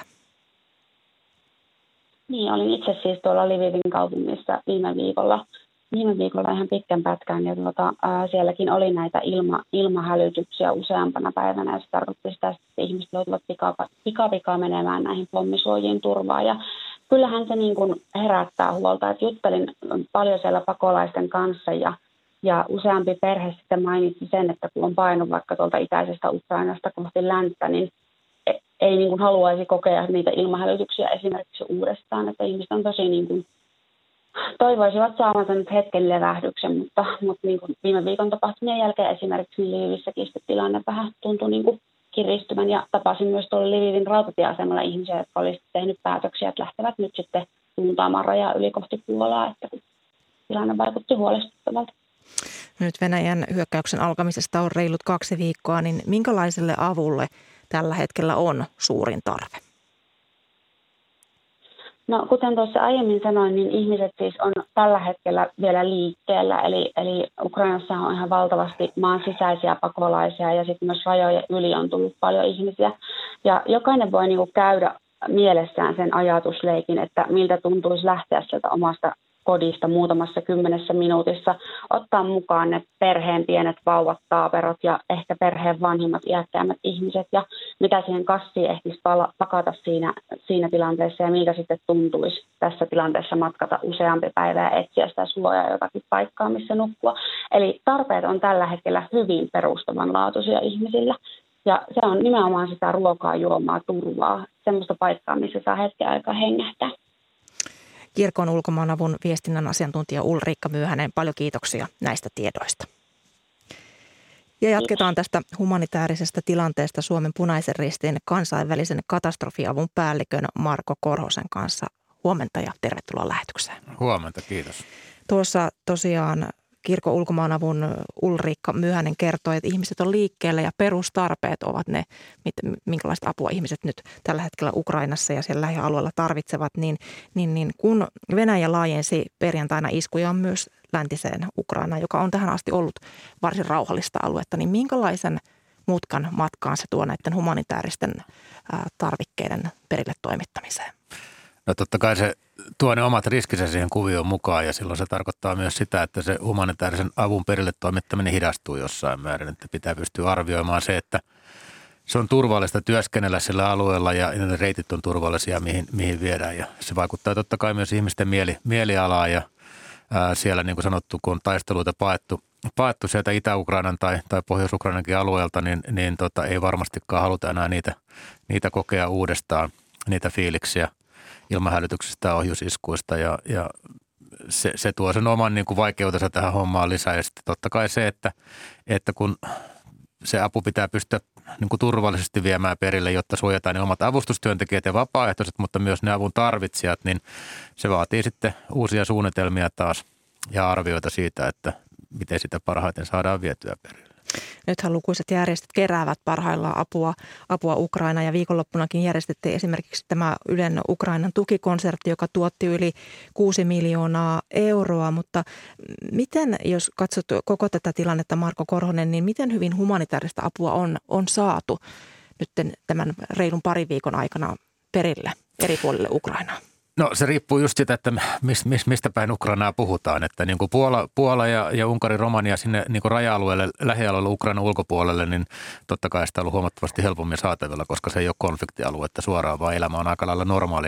Niin, olin itse siis tuolla Lvivin kaupungissa viime viikolla ihan pitkän pätkän ja sielläkin oli näitä ilmahälytyksiä useampana päivänä ja se tarkoitti sitä, että ihmiset joutuvat pikapikaa menemään näihin pommisuojiin turvaan ja kyllähän se niin kuin herättää huolta, että juttelin paljon siellä pakolaisten kanssa ja useampi perhe sitten mainitsi sen, että kun on painut vaikka tuolta itäisestä Ukrainasta kohti länttä, niin ei niin kuin haluaisi kokea niitä ilmahälytyksiä esimerkiksi uudestaan, että ihmiset on tosi niin kuin toivoisivat saavansa nyt hetken levähdyksen, mutta niin kuin viime viikon tapahtumien jälkeen esimerkiksi niin Lvivissäkin tilanne vähän tuntui niin kuin kiristyvän ja tapasin myös tuolla Lvivin rautatieasemalla ihmisiä, jotka olisivat tehnyt päätöksiä, että lähtevät nyt sitten suuntaamaan rajaa yli kohti Puolaa, että tilanne vaikutti huolestuttavalta. Nyt Venäjän hyökkäyksen alkamisesta on reilut 2 viikkoa, niin minkälaiselle avulle tällä hetkellä on suurin tarve? No kuten tuossa aiemmin sanoin, niin ihmiset siis on tällä hetkellä vielä liikkeellä. Eli Ukrainassa on ihan valtavasti maan sisäisiä pakolaisia ja sitten myös rajojen yli on tullut paljon ihmisiä. Ja jokainen voi niinku käydä mielessään sen ajatusleikin, että miltä tuntuisi lähteä sieltä omasta kodista muutamassa 10 minuutissa, ottaa mukaan ne perheen pienet vauvat, taaperot ja ehkä perheen vanhimmat iäkkäämmät ihmiset ja mitä siihen kassiin ehtisi pakata siinä tilanteessa ja miltä sitten tuntuisi tässä tilanteessa matkata useampi päivä ja etsiä sitä suojaa jotakin paikkaa, missä nukkua. Eli tarpeet on tällä hetkellä hyvin perustavanlaatuisia ihmisillä ja se on nimenomaan sitä ruokaa, juomaa, turvaa, semmoista paikkaa, missä saa hetken aikaa hengähtää. Kirkon ulkomaanavun viestinnän asiantuntija Ulriikka Myyhänen, paljon kiitoksia näistä tiedoista. Ja jatketaan tästä humanitaarisesta tilanteesta Suomen Punaisen Ristin kansainvälisen katastrofiavun päällikön Marko Korhosen kanssa. Huomenta ja tervetuloa lähetykseen. Huomenta, kiitos. Tuossa tosiaan Kirkon ulkomaanavun Ulriikka Myyhänen kertoi, että ihmiset on liikkeellä ja perustarpeet ovat ne, minkälaista apua ihmiset nyt tällä hetkellä Ukrainassa ja siellä lähialueella tarvitsevat. Niin kun Venäjä laajensi perjantaina iskuja myös läntiseen Ukrainaan, joka on tähän asti ollut varsin rauhallista aluetta, niin minkälaisen mutkan matkaan se tuo näiden humanitaaristen tarvikkeiden perille toimittamiseen? No totta kai se tuo ne omat riskinsä siihen kuvioon mukaan ja silloin se tarkoittaa myös sitä, että se humanitaarisen avun perille toimittaminen hidastuu jossain määrin. Että pitää pystyä arvioimaan se, että se on turvallista työskennellä sillä alueella ja ne reitit on turvallisia, mihin viedään. Ja se vaikuttaa totta kai myös ihmisten mielialaa ja siellä niin kuin sanottu, kun on taisteluita paettu sieltä Itä-Ukrainan tai Pohjois-Ukrainankin alueelta, niin ei varmastikaan haluta enää niitä kokea uudestaan, niitä fiiliksiä ilmahälytyksistä ja ohjusiskuista ja se tuo sen oman niin kuin vaikeutensa tähän hommaan lisää. Ja sitten totta kai se, että kun se apu pitää pystyä niin kuin turvallisesti viemään perille, jotta suojataan ne omat avustustyöntekijät ja vapaaehtoiset, mutta myös ne avun tarvitsijat, niin se vaatii sitten uusia suunnitelmia taas ja arvioita siitä, että miten sitä parhaiten saadaan vietyä perille. Nythän lukuiset järjestöt keräävät parhaillaan apua Ukrainaan ja viikonloppunakin järjestettiin esimerkiksi tämä Ylen Ukrainan tukikonsertti, joka tuotti yli 6 miljoonaa euroa. Mutta miten, jos katsot koko tätä tilannetta, Marko Korhonen, niin miten hyvin humanitaarista apua on saatu nyt tämän reilun parin viikon aikana perille eri puolille Ukrainaa? No se riippuu just siitä, että mistä päin Ukrainaa puhutaan, että niin kuin Puola ja Unkari, Romania sinne niin kuin raja-alueelle, lähialueelle Ukrainan ulkopuolelle, niin totta kai sitä on ollut huomattavasti helpommin saatavilla, koska se ei ole konfliktialuetta suoraan, vaan elämä on aika lailla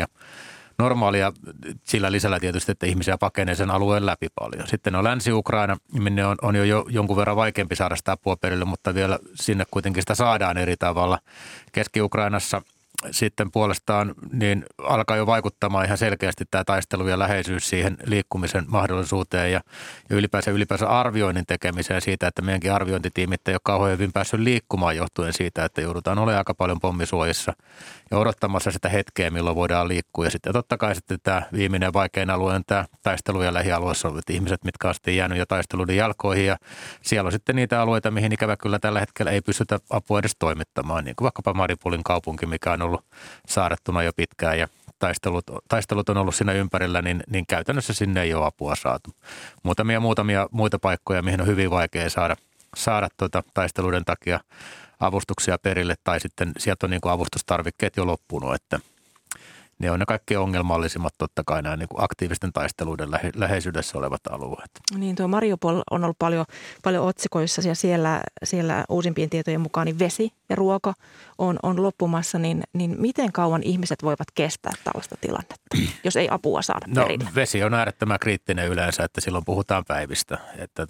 normaalia sillä lisällä tietysti, että ihmisiä pakenee sen alueen läpi paljon. Sitten on Länsi-Ukraina, minne on jo jonkun verran vaikeampi saada sitä apua perille, mutta vielä sinne kuitenkin sitä saadaan eri tavalla. Keski-Ukrainassa sitten puolestaan niin alkaa jo vaikuttamaan ihan selkeästi tämä taistelu ja läheisyys siihen liikkumisen mahdollisuuteen ja ylipäänsä arvioinnin tekemiseen siitä, että meidänkin arviointitiimit ei ole kauhean hyvin päässyt liikkumaan johtuen siitä, että joudutaan olemaan aika paljon pommisuojissa ja odottamassa sitä hetkeä, milloin voidaan liikkua. Ja sitten totta kai sitten tämä viimeinen vaikein alue on tämä taistelu- ja lähialueessa olevat ihmiset, mitkä on sitten jäänyt jo taisteluiden jalkoihin ja siellä on sitten niitä alueita, mihin ikävä kyllä tällä hetkellä ei pystytä apua edes toimittamaan, niin kuin vaikkapa Mariupolin kaupunki, mikä on ollut saarrettuna jo pitkään ja taistelut on ollut siinä ympärillä, niin käytännössä sinne ei ole apua saatu. Muutamia muita paikkoja, mihin on hyvin vaikea saada taisteluiden takia avustuksia perille tai sitten sieltä on niin kuin avustustarvikkeet jo loppunut, että ne on ne kaikkein ongelmallisimmat totta kai nämä niin kuin aktiivisten taisteluiden läheisyydessä olevat alueet. Niin tuo Mariupol on ollut paljon otsikoissa ja siellä uusimpien tietojen mukaan niin vesi ja ruoka on loppumassa, niin miten kauan ihmiset voivat kestää tällaista tilannetta, jos ei apua saada perille? No vesi on äärettömän kriittinen yleensä, että silloin puhutaan päivistä, että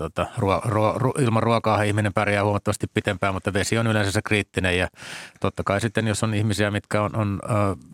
ilman ruokaa ihminen pärjää huomattavasti pitempään, mutta vesi on yleensä se kriittinen ja totta kai sitten jos on ihmisiä, mitkä on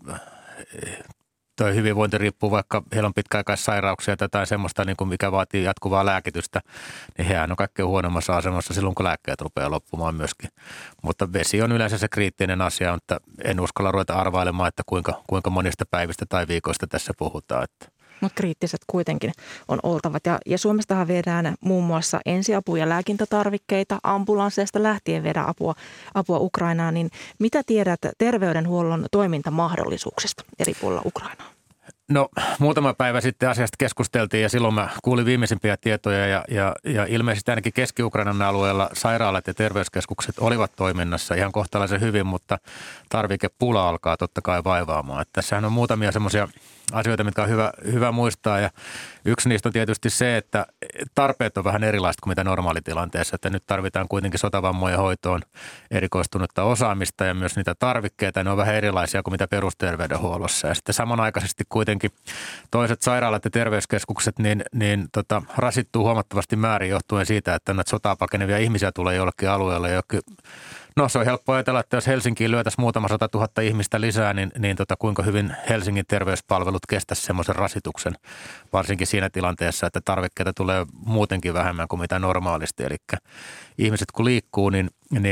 tuo hyvinvointi riippuu, vaikka heillä on pitkäaikaissairauksia tai jotain semmoista, niin kuin mikä vaatii jatkuvaa lääkitystä, niin hehän on kaikkein huonommassa asemassa silloin, kun lääkkeet rupeaa loppumaan myöskin. Mutta vesi on yleensä se kriittinen asia, mutta en uskalla ruveta arvailemaan, että kuinka monista päivistä tai viikoista tässä puhutaan. Mutta kriittiset kuitenkin on oltavat. Ja Suomestahan viedään muun muassa ensiapu- ja lääkintätarvikkeita, ambulansseista lähtien viedään apua Ukrainaan. Niin mitä tiedät terveydenhuollon toimintamahdollisuuksista eri puolilla Ukrainaa? No muutama päivä sitten asiasta keskusteltiin ja silloin mä kuulin viimeisimpiä tietoja ja ilmeisesti ainakin Keski-Ukrainan alueella sairaalat ja terveyskeskukset olivat toiminnassa ihan kohtalaisen hyvin, mutta tarvikepula alkaa totta kai vaivaamaan. Että tässähän on muutamia semmoisia asioita, mitkä on hyvä muistaa ja yksi niistä on tietysti se, että tarpeet on vähän erilaiset kuin mitä normaalitilanteessa, että nyt tarvitaan kuitenkin sotavammojen hoitoon erikoistunutta osaamista ja myös niitä tarvikkeita, ne on vähän erilaisia kuin mitä perusterveydenhuollossa ja sitten samanaikaisesti kuitenkin toiset sairaalat ja terveyskeskukset rasittuu huomattavasti määrin johtuen siitä, että näitä sotaa pakenevia ihmisiä tulee jollekin alueelle. No se on helppo ajatella, että jos Helsinkiin lyötäisiin muutama 100 000 ihmistä lisää, niin kuinka hyvin Helsingin terveyspalvelut kestäisi semmoisen rasituksen, varsinkin siinä tilanteessa, että tarvikkeita tulee muutenkin vähemmän kuin mitä normaalisti. Eli ihmiset kun liikkuu, niin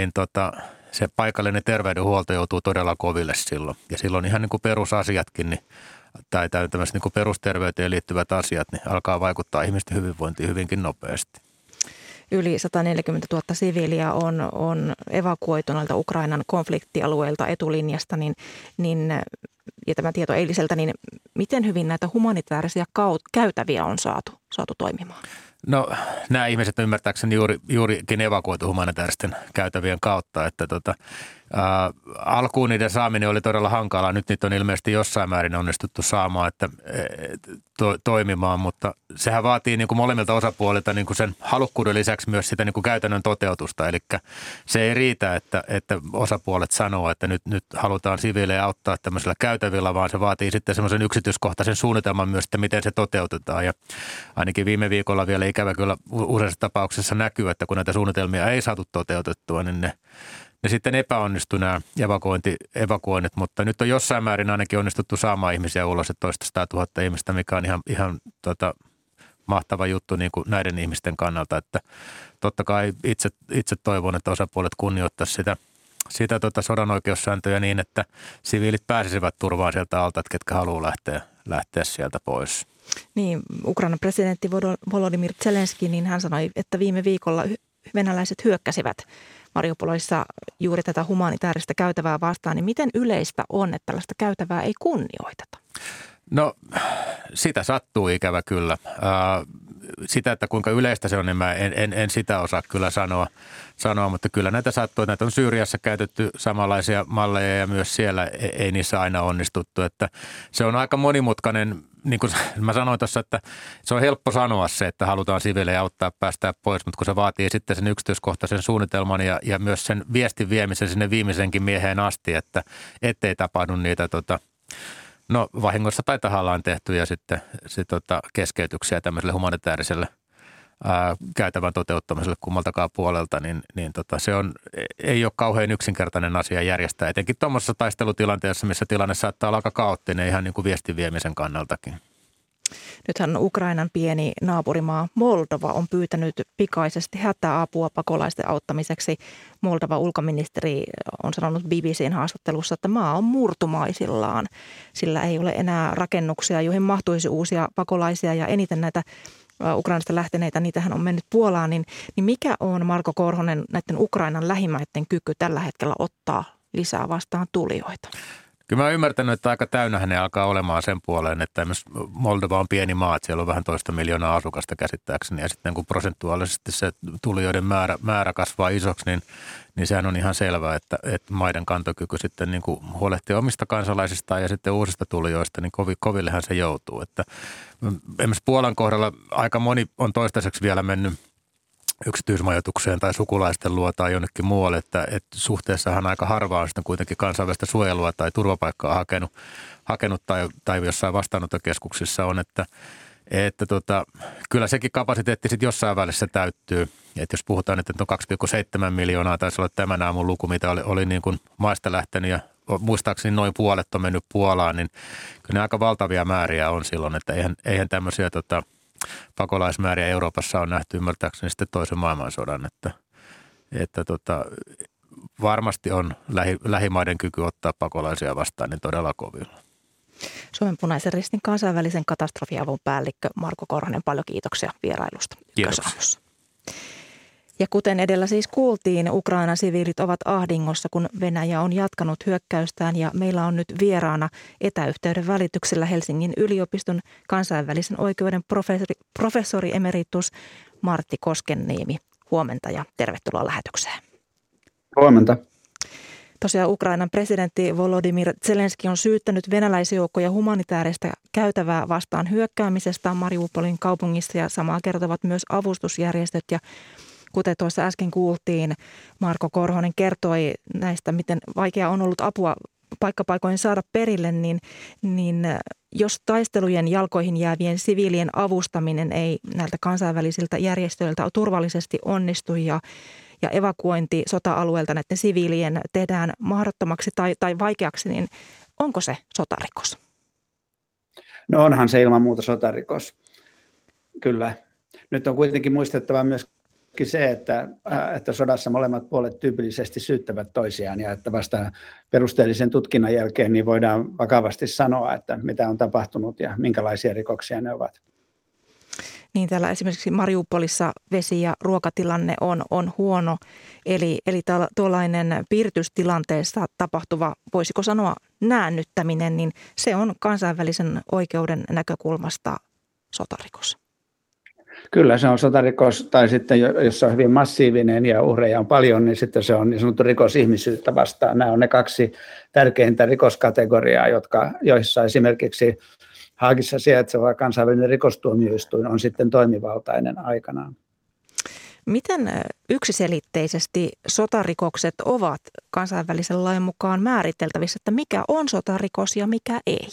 se paikallinen terveydenhuolto joutuu todella koville silloin. Ja silloin ihan niin kuin perusasiatkin, tai tämmöiset niin kuin perusterveyteen liittyvät asiat, niin alkaa vaikuttaa ihmisten hyvinvointiin hyvinkin nopeasti. Yli 140 000 siviiliä on evakuoitu näiltä Ukrainan konfliktialueilta etulinjasta, ja tämä tieto eiliseltä, niin miten hyvin näitä humanitaarisia käytäviä on saatu toimimaan? No nämä ihmiset ymmärtääkseni juurikin evakuoitu humanitaaristen käytävien kautta, että alkuun niiden saaminen oli todella hankalaa. Nyt niitä on ilmeisesti jossain määrin onnistuttu saamaan toimimaan, mutta sehän vaatii niin kuin molemmilta osapuolilta niin kuin sen halukkuuden lisäksi myös sitä niin kuin käytännön toteutusta. Eli se ei riitä, että osapuolet sanoo, että nyt halutaan siviilejä auttaa tämmöisellä käytävillä, vaan se vaatii sitten semmoisen yksityiskohtaisen suunnitelman myös, että miten se toteutetaan. Ja ainakin viime viikolla vielä ikävä kyllä useissa tapauksissa näkyy, että kun näitä suunnitelmia ei saatu toteutettua, niin ne sitten epäonnistui nämä evakuoinnit, mutta nyt on jossain määrin ainakin onnistuttu saamaan ihmisiä ulos, että 200 000 ihmistä, mikä on ihan mahtava juttu niin kuin näiden ihmisten kannalta, että totta kai itse toivon, että osapuolet kunnioittaisi sodan oikeussääntöjä niin, että siviilit pääsisivät turvaan sieltä alta, että ketkä haluaa lähteä sieltä pois. Niin, Ukrainan presidentti Volodymyr Zelenski, niin hän sanoi, että viime viikolla venäläiset hyökkäsivät Mariupolissa juuri tätä humanitaarista käytävää vastaan. Niin miten yleistä on, että tällaista käytävää ei kunnioiteta? No sitä sattuu ikävä kyllä. Sitä, että kuinka yleistä se on, niin mä en sitä osaa kyllä sanoa, mutta kyllä näitä sattuu. Näitä on Syyriassa käytetty samanlaisia malleja ja myös siellä ei niissä aina onnistuttu. Että se on aika monimutkainen, niin kuin mä sanoin tuossa, että se on helppo sanoa se, että halutaan siviilejä auttaa päästää pois, mutta kun se vaatii sitten sen yksityiskohtaisen suunnitelman ja myös sen viestin viemisen sinne viimeisenkin mieheen asti, että ettei tapahdu niitä vahingossa tai tahallaan tehtyjä sitten keskeytyksiä tämmöiselle humanitaariselle käytävän toteuttamiselle kummaltakaan puolelta, niin se ei ole kauhean yksinkertainen asia järjestää, etenkin tuommoisessa taistelutilanteessa, missä tilanne saattaa olla aika kaoottinen ihan niin kuin viestin viemisen kannaltakin. Nythän Ukrainan pieni naapurimaa Moldova on pyytänyt pikaisesti hätäapua pakolaisten auttamiseksi. Moldova ulkoministeri on sanonut BBC:n haastattelussa, että maa on murtumaisillaan. Sillä ei ole enää rakennuksia, joihin mahtuisi uusia pakolaisia ja eniten näitä Ukrainasta lähteneitä, niitähän on mennyt Puolaan. Niin mikä on, Marko Korhonen, näiden Ukrainan lähimmäisten kyky tällä hetkellä ottaa lisää vastaan tulijoita? Kyllä mä oon ymmärtänyt, että aika täynnähän ne alkaa olemaan sen puoleen, että Moldova on pieni maa, että siellä on vähän 2 miljoonaa asukasta käsittääkseni. Ja sitten kun prosentuaalisesti se tulijoiden määrä kasvaa isoksi, niin sehän on ihan selvää, että maiden kantokyky sitten niin kuin huolehtii omista kansalaisistaan ja sitten uusista tulijoista, niin kovillehan se joutuu. Että esimerkiksi Puolan kohdalla aika moni on toistaiseksi vielä mennyt yksityismajoitukseen tai sukulaisten luo tai jonnekin muualle, että suhteessahan aika harva on sitten kuitenkin kansainvälistä suojelua tai turvapaikkaa hakenut tai jossain vastaanottokeskuksissa on, että kyllä sekin kapasiteetti sitten jossain välissä täyttyy. Että jos puhutaan, että on 2,7 miljoonaa, taisi olla tämän aamun luku, mitä oli niin kuin maista lähtenyt ja muistaakseni noin puolet on mennyt Puolaan, niin kyllä ne aika valtavia määriä on silloin, että eihän tämmöisiä pakolaismääriä Euroopassa on nähty ymmärtääkseni sitten toisen maailmansodan, että varmasti on lähimaiden kyky ottaa pakolaisia vastaan niin todella kovilla. Suomen Punaisen Ristin kansainvälisen katastrofiavun päällikkö Marko Korhonen, paljon kiitoksia vierailusta Ykkösaamussa. Ja kuten edellä siis kuultiin, Ukrainan siviilit ovat ahdingossa, kun Venäjä on jatkanut hyökkäystään ja meillä on nyt vieraana etäyhteyden välityksellä Helsingin yliopiston kansainvälisen oikeuden professori emeritus Martti Koskenniemi. Huomenta ja tervetuloa lähetykseen. Huomenta. Tosiaan Ukrainan presidentti Volodymyr Zelenski on syyttänyt venäläisjoukkoja humanitaarista käytävää vastaan hyökkäämisestä Mariupolin kaupungissa ja samaa kertovat myös avustusjärjestöt ja kuten tuossa äsken kuultiin, Marko Korhonen kertoi näistä, miten vaikea on ollut apua paikkapaikoin saada perille, niin jos taistelujen jalkoihin jäävien siviilien avustaminen ei näiltä kansainvälisiltä järjestöiltä turvallisesti onnistu ja evakuointi sota-alueelta näiden siviilien tehdään mahdottomaksi tai vaikeaksi, niin onko se sotarikos? No onhan se ilman muuta sotarikos, kyllä. Nyt on kuitenkin muistettava myös se, että sodassa molemmat puolet tyypillisesti syyttävät toisiaan ja että vasta perusteellisen tutkinnan jälkeen niin voidaan vakavasti sanoa, että mitä on tapahtunut ja minkälaisia rikoksia ne ovat. Niin täällä esimerkiksi Mariupolissa vesi- ja ruokatilanne on huono, eli tuollainen piiritystilanteessa tapahtuva, voisiko sanoa näännyttäminen, niin se on kansainvälisen oikeuden näkökulmasta sotarikos. Kyllä se on sotarikos, tai sitten jos se on hyvin massiivinen ja uhreja on paljon, niin sitten se on niin sanottu rikos ihmisyyttä vastaan. Nämä on ne 2 tärkeintä rikoskategoriaa, joissa esimerkiksi Haagissa sijaitseva kansainvälinen rikostuomioistuin on sitten toimivaltainen aikanaan. Miten yksiselitteisesti sotarikokset ovat kansainvälisen lain mukaan määriteltävissä, että mikä on sotarikos ja mikä ei?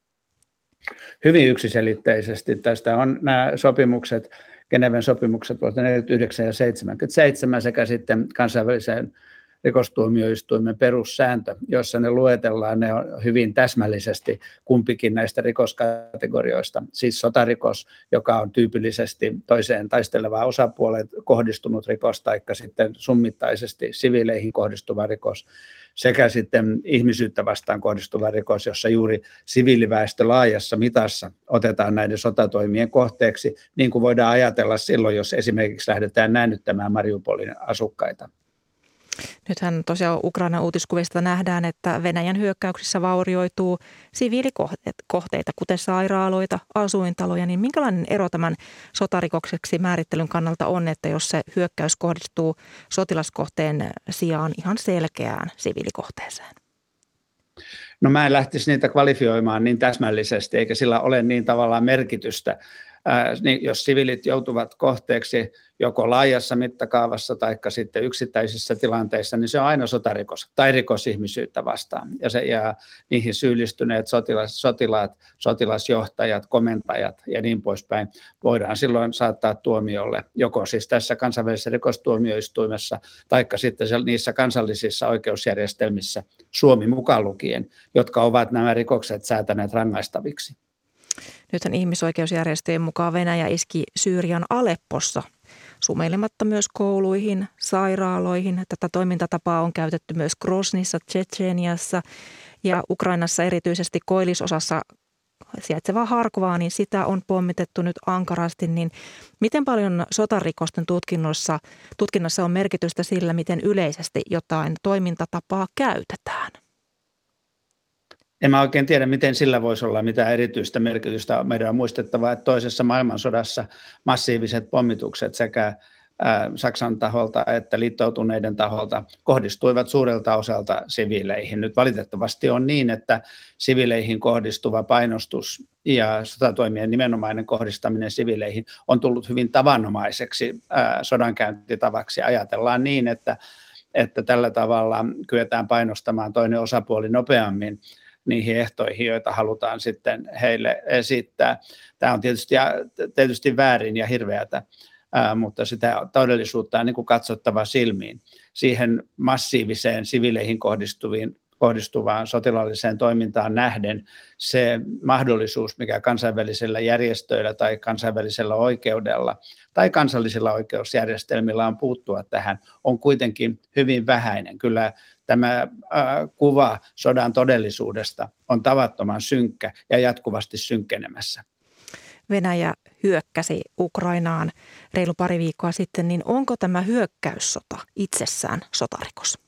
Hyvin yksiselitteisesti. Tästä on nämä sopimukset, Geneven sopimukset vuodelta 1949 ja 1977 sekä sitten kansainvälisen rikostuomioistuimen perussääntö, jossa ne luetellaan ne on hyvin täsmällisesti kumpikin näistä rikoskategorioista. Siis sotarikos, joka on tyypillisesti toiseen taistelevaan osapuoleen kohdistunut rikos, taikka sitten summittaisesti siviileihin kohdistuva rikos, sekä sitten ihmisyyttä vastaan kohdistuva rikos, jossa juuri siviiliväestö laajassa mitassa otetaan näiden sotatoimien kohteeksi, niin kuin voidaan ajatella silloin, jos esimerkiksi lähdetään näännyttämään Mariupolin asukkaita. Nythän tosiaan Ukrainan uutiskuvista nähdään, että Venäjän hyökkäyksissä vaurioituu siviilikohteita, kuten sairaaloita, asuintaloja. Niin minkälainen ero tämän sotarikokseksi määrittelyn kannalta on, että jos se hyökkäys kohdistuu sotilaskohteen sijaan ihan selkeään siviilikohteeseen? No mä en lähtisi niitä kvalifioimaan niin täsmällisesti, eikä sillä ole niin tavallaan merkitystä. Niin jos siviilit joutuvat kohteeksi joko laajassa mittakaavassa tai sitten yksittäisissä tilanteissa, niin se on aina sotarikos tai rikos ihmisyyttä vastaan. Ja niihin syyllistyneet sotilaat, sotilasjohtajat, komentajat ja niin poispäin voidaan silloin saattaa tuomiolle, joko siis tässä kansainvälisessä rikostuomioistuimessa tai sitten niissä kansallisissa oikeusjärjestelmissä, Suomi mukaan lukien, jotka ovat nämä rikokset säätäneet rangaistaviksi. Nythän ihmisoikeusjärjestöjen mukaan Venäjä iski Syyrian Aleppossa sumeilematta myös kouluihin, sairaaloihin. Tätä toimintatapaa on käytetty myös Grosnyssa, Tšetšeniassa ja Ukrainassa erityisesti koillisosassa sijaitsevaa Harkovaa, niin sitä on pommitettu nyt ankarasti. Niin miten paljon sotarikosten tutkinnassa on merkitystä sillä, miten yleisesti jotain toimintatapaa käytetään? En mä oikein tiedä, miten sillä voisi olla mitään erityistä merkitystä. Meidän on muistettava, että toisessa maailmansodassa massiiviset pommitukset sekä Saksan taholta että liittoutuneiden taholta kohdistuivat suurelta osalta siviileihin. Nyt valitettavasti on niin, että siviileihin kohdistuva painostus ja sotatoimien nimenomainen kohdistaminen siviileihin on tullut hyvin tavanomaiseksi sodankäyntitavaksi. Ajatellaan niin, että tällä tavalla kyetään painostamaan toinen osapuoli nopeammin niihin ehtoihin, joita halutaan sitten heille esittää. Tämä on tietysti väärin ja hirveätä, mutta sitä todellisuutta on niin kuin katsottava silmiin. Siihen massiiviseen siviileihin kohdistuvaan sotilaalliseen toimintaan nähden se mahdollisuus, mikä kansainvälisillä järjestöillä tai kansainvälisellä oikeudella tai kansallisilla oikeusjärjestelmillä on puuttua tähän, on kuitenkin hyvin vähäinen. Kyllä tämä kuva sodan todellisuudesta on tavattoman synkkä ja jatkuvasti synkkenemässä. Venäjä hyökkäsi Ukrainaan reilu pari viikkoa sitten, niin onko tämä hyökkäyssota itsessään sotarikos?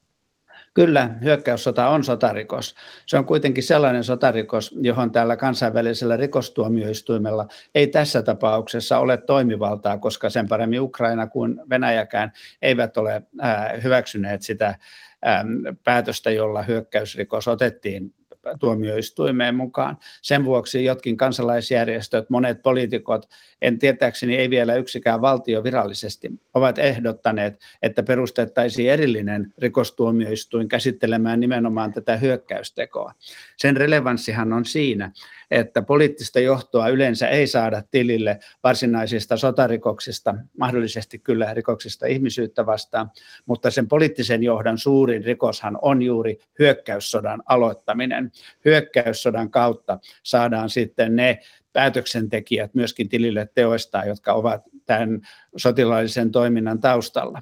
Kyllä, hyökkäyssota on sotarikos. Se on kuitenkin sellainen sotarikos, johon tällä kansainvälisellä rikostuomioistuimella ei tässä tapauksessa ole toimivaltaa, koska sen paremmin Ukraina kuin Venäjäkään eivät ole hyväksyneet sitä päätöstä, jolla hyökkäysrikos otettiin tuomioistuimeen mukaan. Sen vuoksi jotkin kansalaisjärjestöt, monet poliitikot, en tietääkseni ei vielä yksikään valtio virallisesti, ovat ehdottaneet, että perustettaisiin erillinen rikostuomioistuin käsittelemään nimenomaan tätä hyökkäystekoa. Sen relevanssihan on siinä, että poliittista johtoa yleensä ei saada tilille varsinaisista sotarikoksista, mahdollisesti kyllä rikoksista ihmisyyttä vastaan, mutta sen poliittisen johdon suurin rikoshan on juuri hyökkäyssodan aloittaminen. Hyökkäyssodan kautta saadaan sitten ne päätöksentekijät myöskin tilille teoistaan, jotka ovat tämän sotilaallisen toiminnan taustalla.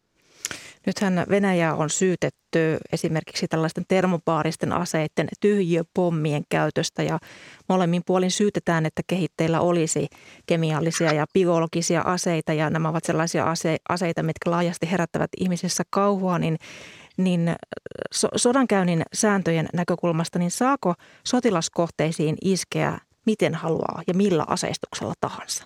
Nythän Venäjä on syytetty esimerkiksi tällaisten termobaaristen aseiden tyhjiöpommien käytöstä ja molemmin puolin syytetään, että kehitteillä olisi kemiallisia ja biologisia aseita ja nämä ovat sellaisia aseita, mitkä laajasti herättävät ihmisissä kauhua, niin sodankäynnin sääntöjen näkökulmasta, niin saako sotilaskohteisiin iskeä miten haluaa ja millä aseistuksella tahansa?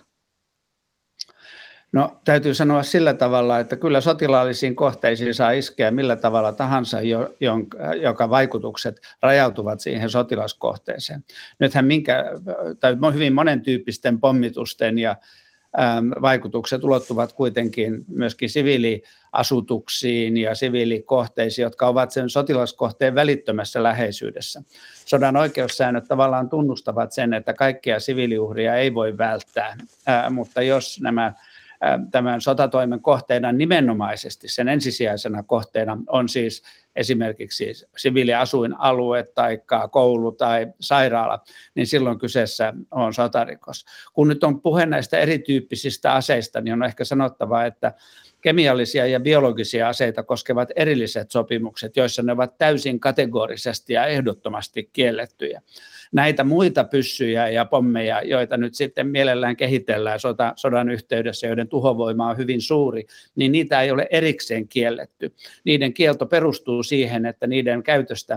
No täytyy sanoa sillä tavalla, että kyllä sotilaallisiin kohteisiin saa iskeä millä tavalla tahansa, joka vaikutukset rajautuvat siihen sotilaskohteeseen. Nythän hyvin monentyyppisten pommitusten ja vaikutukset ulottuvat kuitenkin myöskin siviiliasutuksiin ja siviilikohteisiin, jotka ovat sen sotilaskohteen välittömässä läheisyydessä. Sodan oikeussäännöt tavallaan tunnustavat sen, että kaikkia siviiliuhria ei voi välttää, mutta jos nämä tämän sotatoimen kohteena nimenomaisesti, sen ensisijaisena kohteena on siis esimerkiksi siviiliasuinalue tai koulu tai sairaala, niin silloin kyseessä on sotarikos. Kun nyt on puhe näistä erityyppisistä aseista, niin on ehkä sanottava, että kemiallisia ja biologisia aseita koskevat erilliset sopimukset, joissa ne ovat täysin kategorisesti ja ehdottomasti kiellettyjä. Näitä muita pyssyjä ja pommeja, joita nyt sitten mielellään kehitellään sodan yhteydessä, joiden tuhovoima on hyvin suuri, niin niitä ei ole erikseen kielletty. Niiden kielto perustuu siihen, että niiden käytöstä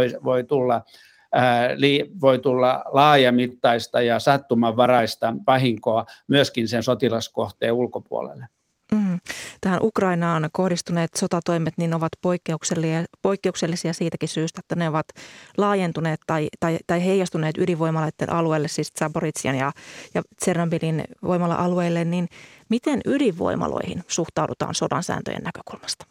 voi tulla laajamittaista ja sattumanvaraista vahinkoa myöskin sen sotilaskohteen ulkopuolelle. Tähän Ukrainaan kohdistuneet sotatoimet niin ovat poikkeuksellisia siitäkin syystä, että ne ovat laajentuneet tai heijastuneet ydinvoimaloiden alueelle, siis Zaporizhian ja Tšernobylin voimala-alueelle. Niin miten ydinvoimaloihin suhtaudutaan sodan sääntöjen näkökulmasta?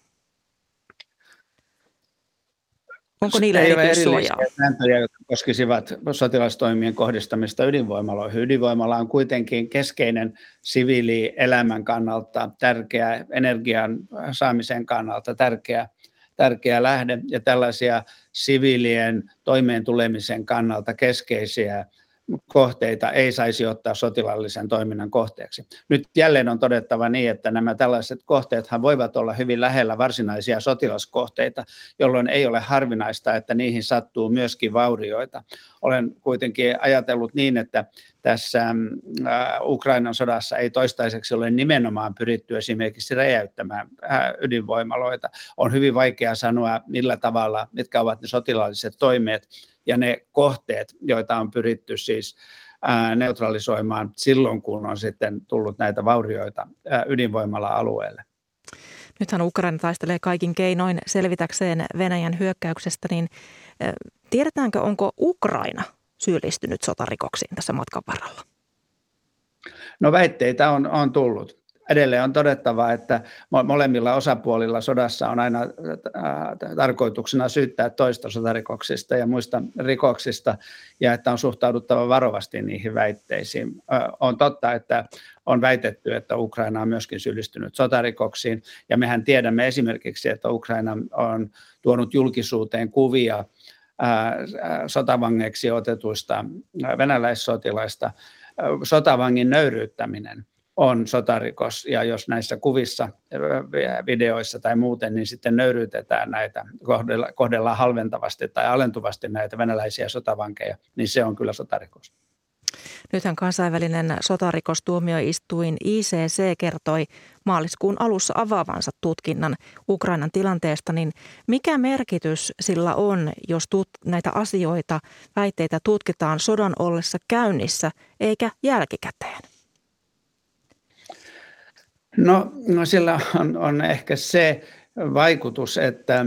Onko niillä erityissuojaa? Ei ole sääntöjä, jotka koskisivat sotilastoimien kohdistamista ydinvoimaloihin. Ydinvoimala on kuitenkin keskeinen siviilielämän kannalta tärkeä, energian saamisen kannalta tärkeä lähde ja tällaisia siviilien toimeen tulemisen kannalta keskeisiä kohteita ei saisi ottaa sotilaallisen toiminnan kohteeksi. Nyt jälleen on todettava niin, että nämä tällaiset kohteethan voivat olla hyvin lähellä varsinaisia sotilaskohteita, jolloin ei ole harvinaista, että niihin sattuu myöskin vaurioita. Olen kuitenkin ajatellut niin, että tässä Ukrainan sodassa ei toistaiseksi ole nimenomaan pyritty esimerkiksi räjäyttämään ydinvoimaloita. On hyvin vaikea sanoa, millä tavalla, mitkä ovat ne sotilaalliset toimeet ja ne kohteet, joita on pyritty siis neutralisoimaan silloin, kun on sitten tullut näitä vaurioita ydinvoimala-alueelle. Nythän Ukraina taistelee kaikin keinoin selvitäkseen Venäjän hyökkäyksestä, niin tiedetäänkö, onko Ukraina syyllistynyt sotarikoksiin tässä matkan varrella? No väitteitä on tullut. Edelleen on todettava, että molemmilla osapuolilla sodassa on aina tarkoituksena syyttää toista sotarikoksista ja muista rikoksista, ja että on suhtauduttava varovasti niihin väitteisiin. On totta, että on väitetty, että Ukraina on myöskin syyllistynyt sotarikoksiin, ja mehän tiedämme esimerkiksi, että Ukraina on tuonut julkisuuteen kuvia sotavangeiksi otetuista venäläissotilaista. Sotavangin nöyryyttäminen on sotarikos, ja jos näissä kuvissa, videoissa tai muuten, niin sitten nöyryytetään näitä, kohdellaan halventavasti tai alentuvasti näitä venäläisiä sotavankeja, niin se on kyllä sotarikos. Nythän kansainvälinen sotarikostuomioistuin ICC kertoi maaliskuun alussa avaavansa tutkinnan Ukrainan tilanteesta, niin mikä merkitys sillä on, jos näitä asioita, väitteitä tutkitaan sodan ollessa käynnissä eikä jälkikäteen? No sillä on ehkä se vaikutus, että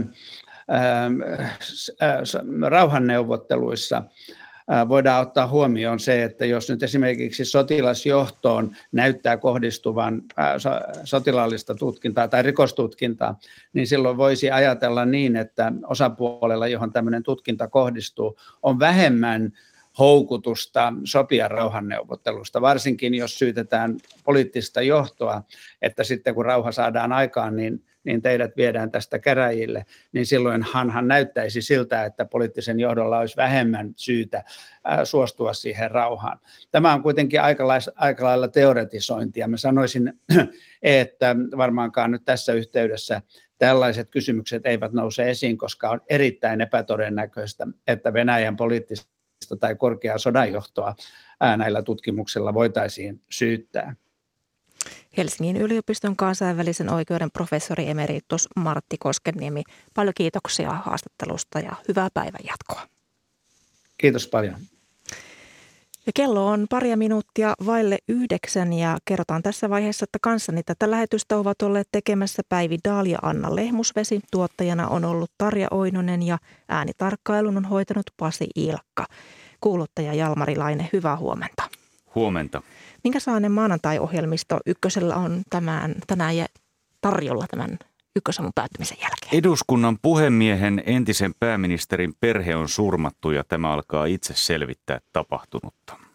rauhanneuvotteluissa voidaan ottaa huomioon se, että jos nyt esimerkiksi sotilasjohtoon näyttää kohdistuvan sotilaallista tutkintaa tai rikostutkintaa, niin silloin voisi ajatella niin, että osapuolella, johon tämmöinen tutkinta kohdistuu, on vähemmän houkutusta sopia rauhanneuvottelusta, varsinkin jos syytetään poliittista johtoa, että sitten kun rauha saadaan aikaan, niin teidät viedään tästä käräjille, niin silloinhan näyttäisi siltä, että poliittisen johdolla olisi vähemmän syytä suostua siihen rauhaan. Tämä on kuitenkin aika lailla teoretisointia. Mä sanoisin, että varmaankaan nyt tässä yhteydessä tällaiset kysymykset eivät nouse esiin, koska on erittäin epätodennäköistä, että Venäjän poliittista tai korkeaa sodanjohtoa näillä tutkimuksilla voitaisiin syyttää. Helsingin yliopiston kansainvälisen oikeuden professori emeritus Martti Koskenniemi, paljon kiitoksia haastattelusta ja hyvää päivänjatkoa. Kiitos paljon. Ja kello on paria minuuttia vaille 9 ja kerrotaan tässä vaiheessa, että kanssani tätä lähetystä ovat olleet tekemässä Päivi Dahl ja Anna Lehmusvesi. Tuottajana on ollut Tarja Oinonen ja äänitarkkailun on hoitanut Pasi Ilkka. Kuuluttaja Jalmari Laine, hyvää huomenta. Huomenta. Minkälainen maanantai-ohjelmisto Ykkösellä on tänään tarjolla tämän Ykkösaamun päättymisen jälkeen? Eduskunnan puhemiehen entisen pääministerin perhe on surmattu ja tämä alkaa itse selvittää tapahtunutta.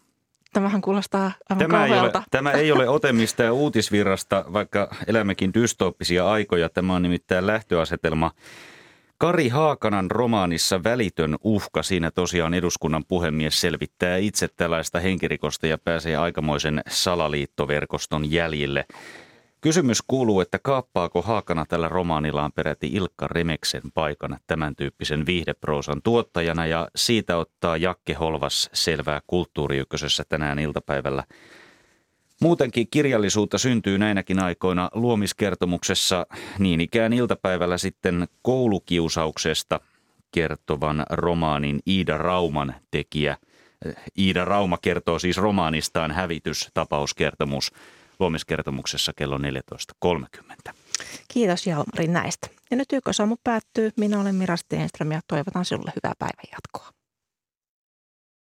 Tämähän kuulostaa aivan kauhealta. Tämä ei ole ote mistään uutisvirrasta, vaikka elämmekin dystooppisia aikoja. Tämä on nimittäin lähtöasetelma Kari Haakanan romaanissa Välitön uhka. Siinä tosiaan eduskunnan puhemies selvittää itse tällaista henkirikosta ja pääsee aikamoisen salaliittoverkoston jäljille. Kysymys kuuluu, että kaappaako Haakana tällä romaanillaan peräti Ilkka Remeksen paikan tämän tyyppisen viihdeproosan tuottajana, ja siitä ottaa Jakke Holvas selvää Kulttuuri Ykkösessä tänään iltapäivällä. Muutenkin kirjallisuutta syntyy näinäkin aikoina luomiskertomuksessa, niin ikään iltapäivällä sitten koulukiusauksesta kertovan romaanin Iida Rauman tekijä. Iida Rauma kertoo siis romaanistaan Hävitys-tapauskertomus luomiskertomuksessa kello 14.30. Kiitos Jalmari näistä. Ja nyt Ykkösaamu päättyy. Minä olen Mira Stenström ja toivotan sinulle hyvää päivänjatkoa.